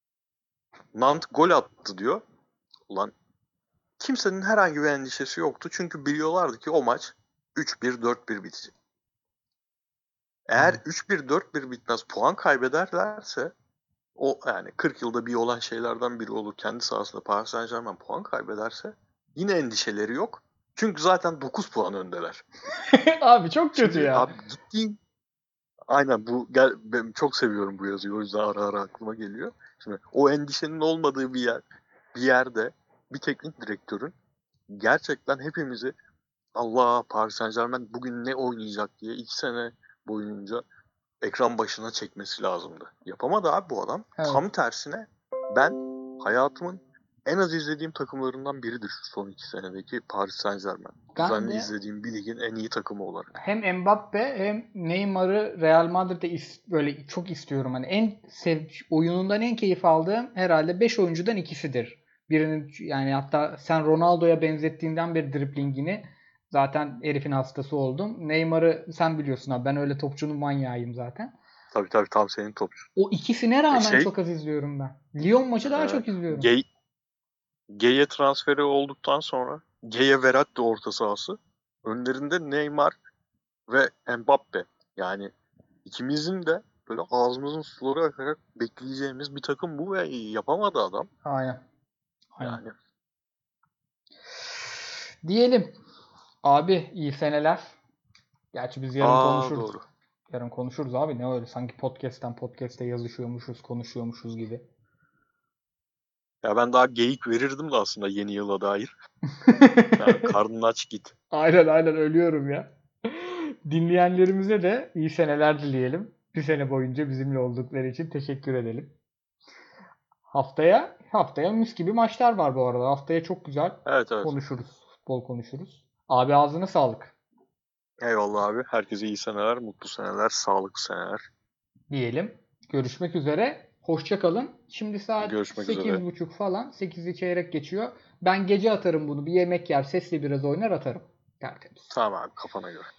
Nantes gol attı diyor. Ulan kimsenin herhangi bir endişesi yoktu. Çünkü biliyorlardı ki o maç 3-1, 4-1 bitecek. Eğer Evet. 3-1, 4-1 bitmez puan kaybederlerse, o yani 40 yılda bir olan şeylerden biri olur. Kendi sahasında Paris Saint-Germain puan kaybederse yine endişeleri yok. Çünkü zaten 9 puan öndeler. Abi çok kötü Şimdi ya. abi gittiğin, aynen ben çok seviyorum bu yazıyı, o yüzden ara ara aklıma geliyor. Şimdi o endişenin olmadığı bir yerde bir teknik direktörün gerçekten hepimizi Allah Paris Saint-Germain bugün ne oynayacak diye 2 sene boyunca ekran başına çekmesi lazımdı. Yapamadı abi bu adam. Evet. Tam tersine ben hayatımın en az izlediğim takımlarından biridir şu son 2 senedeki Paris Saint-Germain. Ben Düzenli de izlediğim bir ligin en iyi takımı olarak. hem Mbappe hem Neymar'ı Real Madrid'de böyle çok istiyorum. Hani oyunundan en keyif aldığım herhalde 5 oyuncudan ikisidir. Birinin yani hatta sen Ronaldo'ya benzettiğinden bir driblingini zaten herifin hastası oldum. Neymar'ı sen biliyorsun abi, ben öyle topçunun manyağıyım zaten. Tabii tam senin topçu. O ikisine rağmen çok az izliyorum ben. Lyon maçı daha çok izliyorum. Geye transferi olduktan sonra Geye Verratti orta sahası. Önlerinde Neymar ve Mbappe. Yani ikimizin de böyle ağzımızın suları akarak bekleyeceğimiz bir takım bu ve yapamadı adam. Aynen. Yani Diyelim. Abi iyi seneler. Gerçi biz yarın konuşuruz. doğru. Yarın konuşuruz abi. Ne öyle sanki podcast'te yazışıyormuşuz, konuşuyormuşuz gibi. Ya ben daha geyik verirdim de aslında yeni yıla dair. Yani karnın aç git. Aynen ölüyorum ya. Dinleyenlerimize de iyi seneler dileyelim. Bir sene boyunca bizimle oldukları için teşekkür edelim. Haftaya mis gibi maçlar var bu arada. Haftaya çok güzel Evet. konuşuruz. Futbol konuşuruz. Abi ağzına sağlık Eyvallah abi. Herkese iyi seneler, mutlu seneler, sağlıklı seneler. diyelim. Görüşmek üzere. Hoşça kalın. Şimdi saat Görüşmek üzere. 8.30 falan. 8'i çeyrek geçiyor. Ben gece atarım bunu. Bir yemek yer, sesli biraz oynar atarım. Tertemiz. Tamam abi, kafana göre.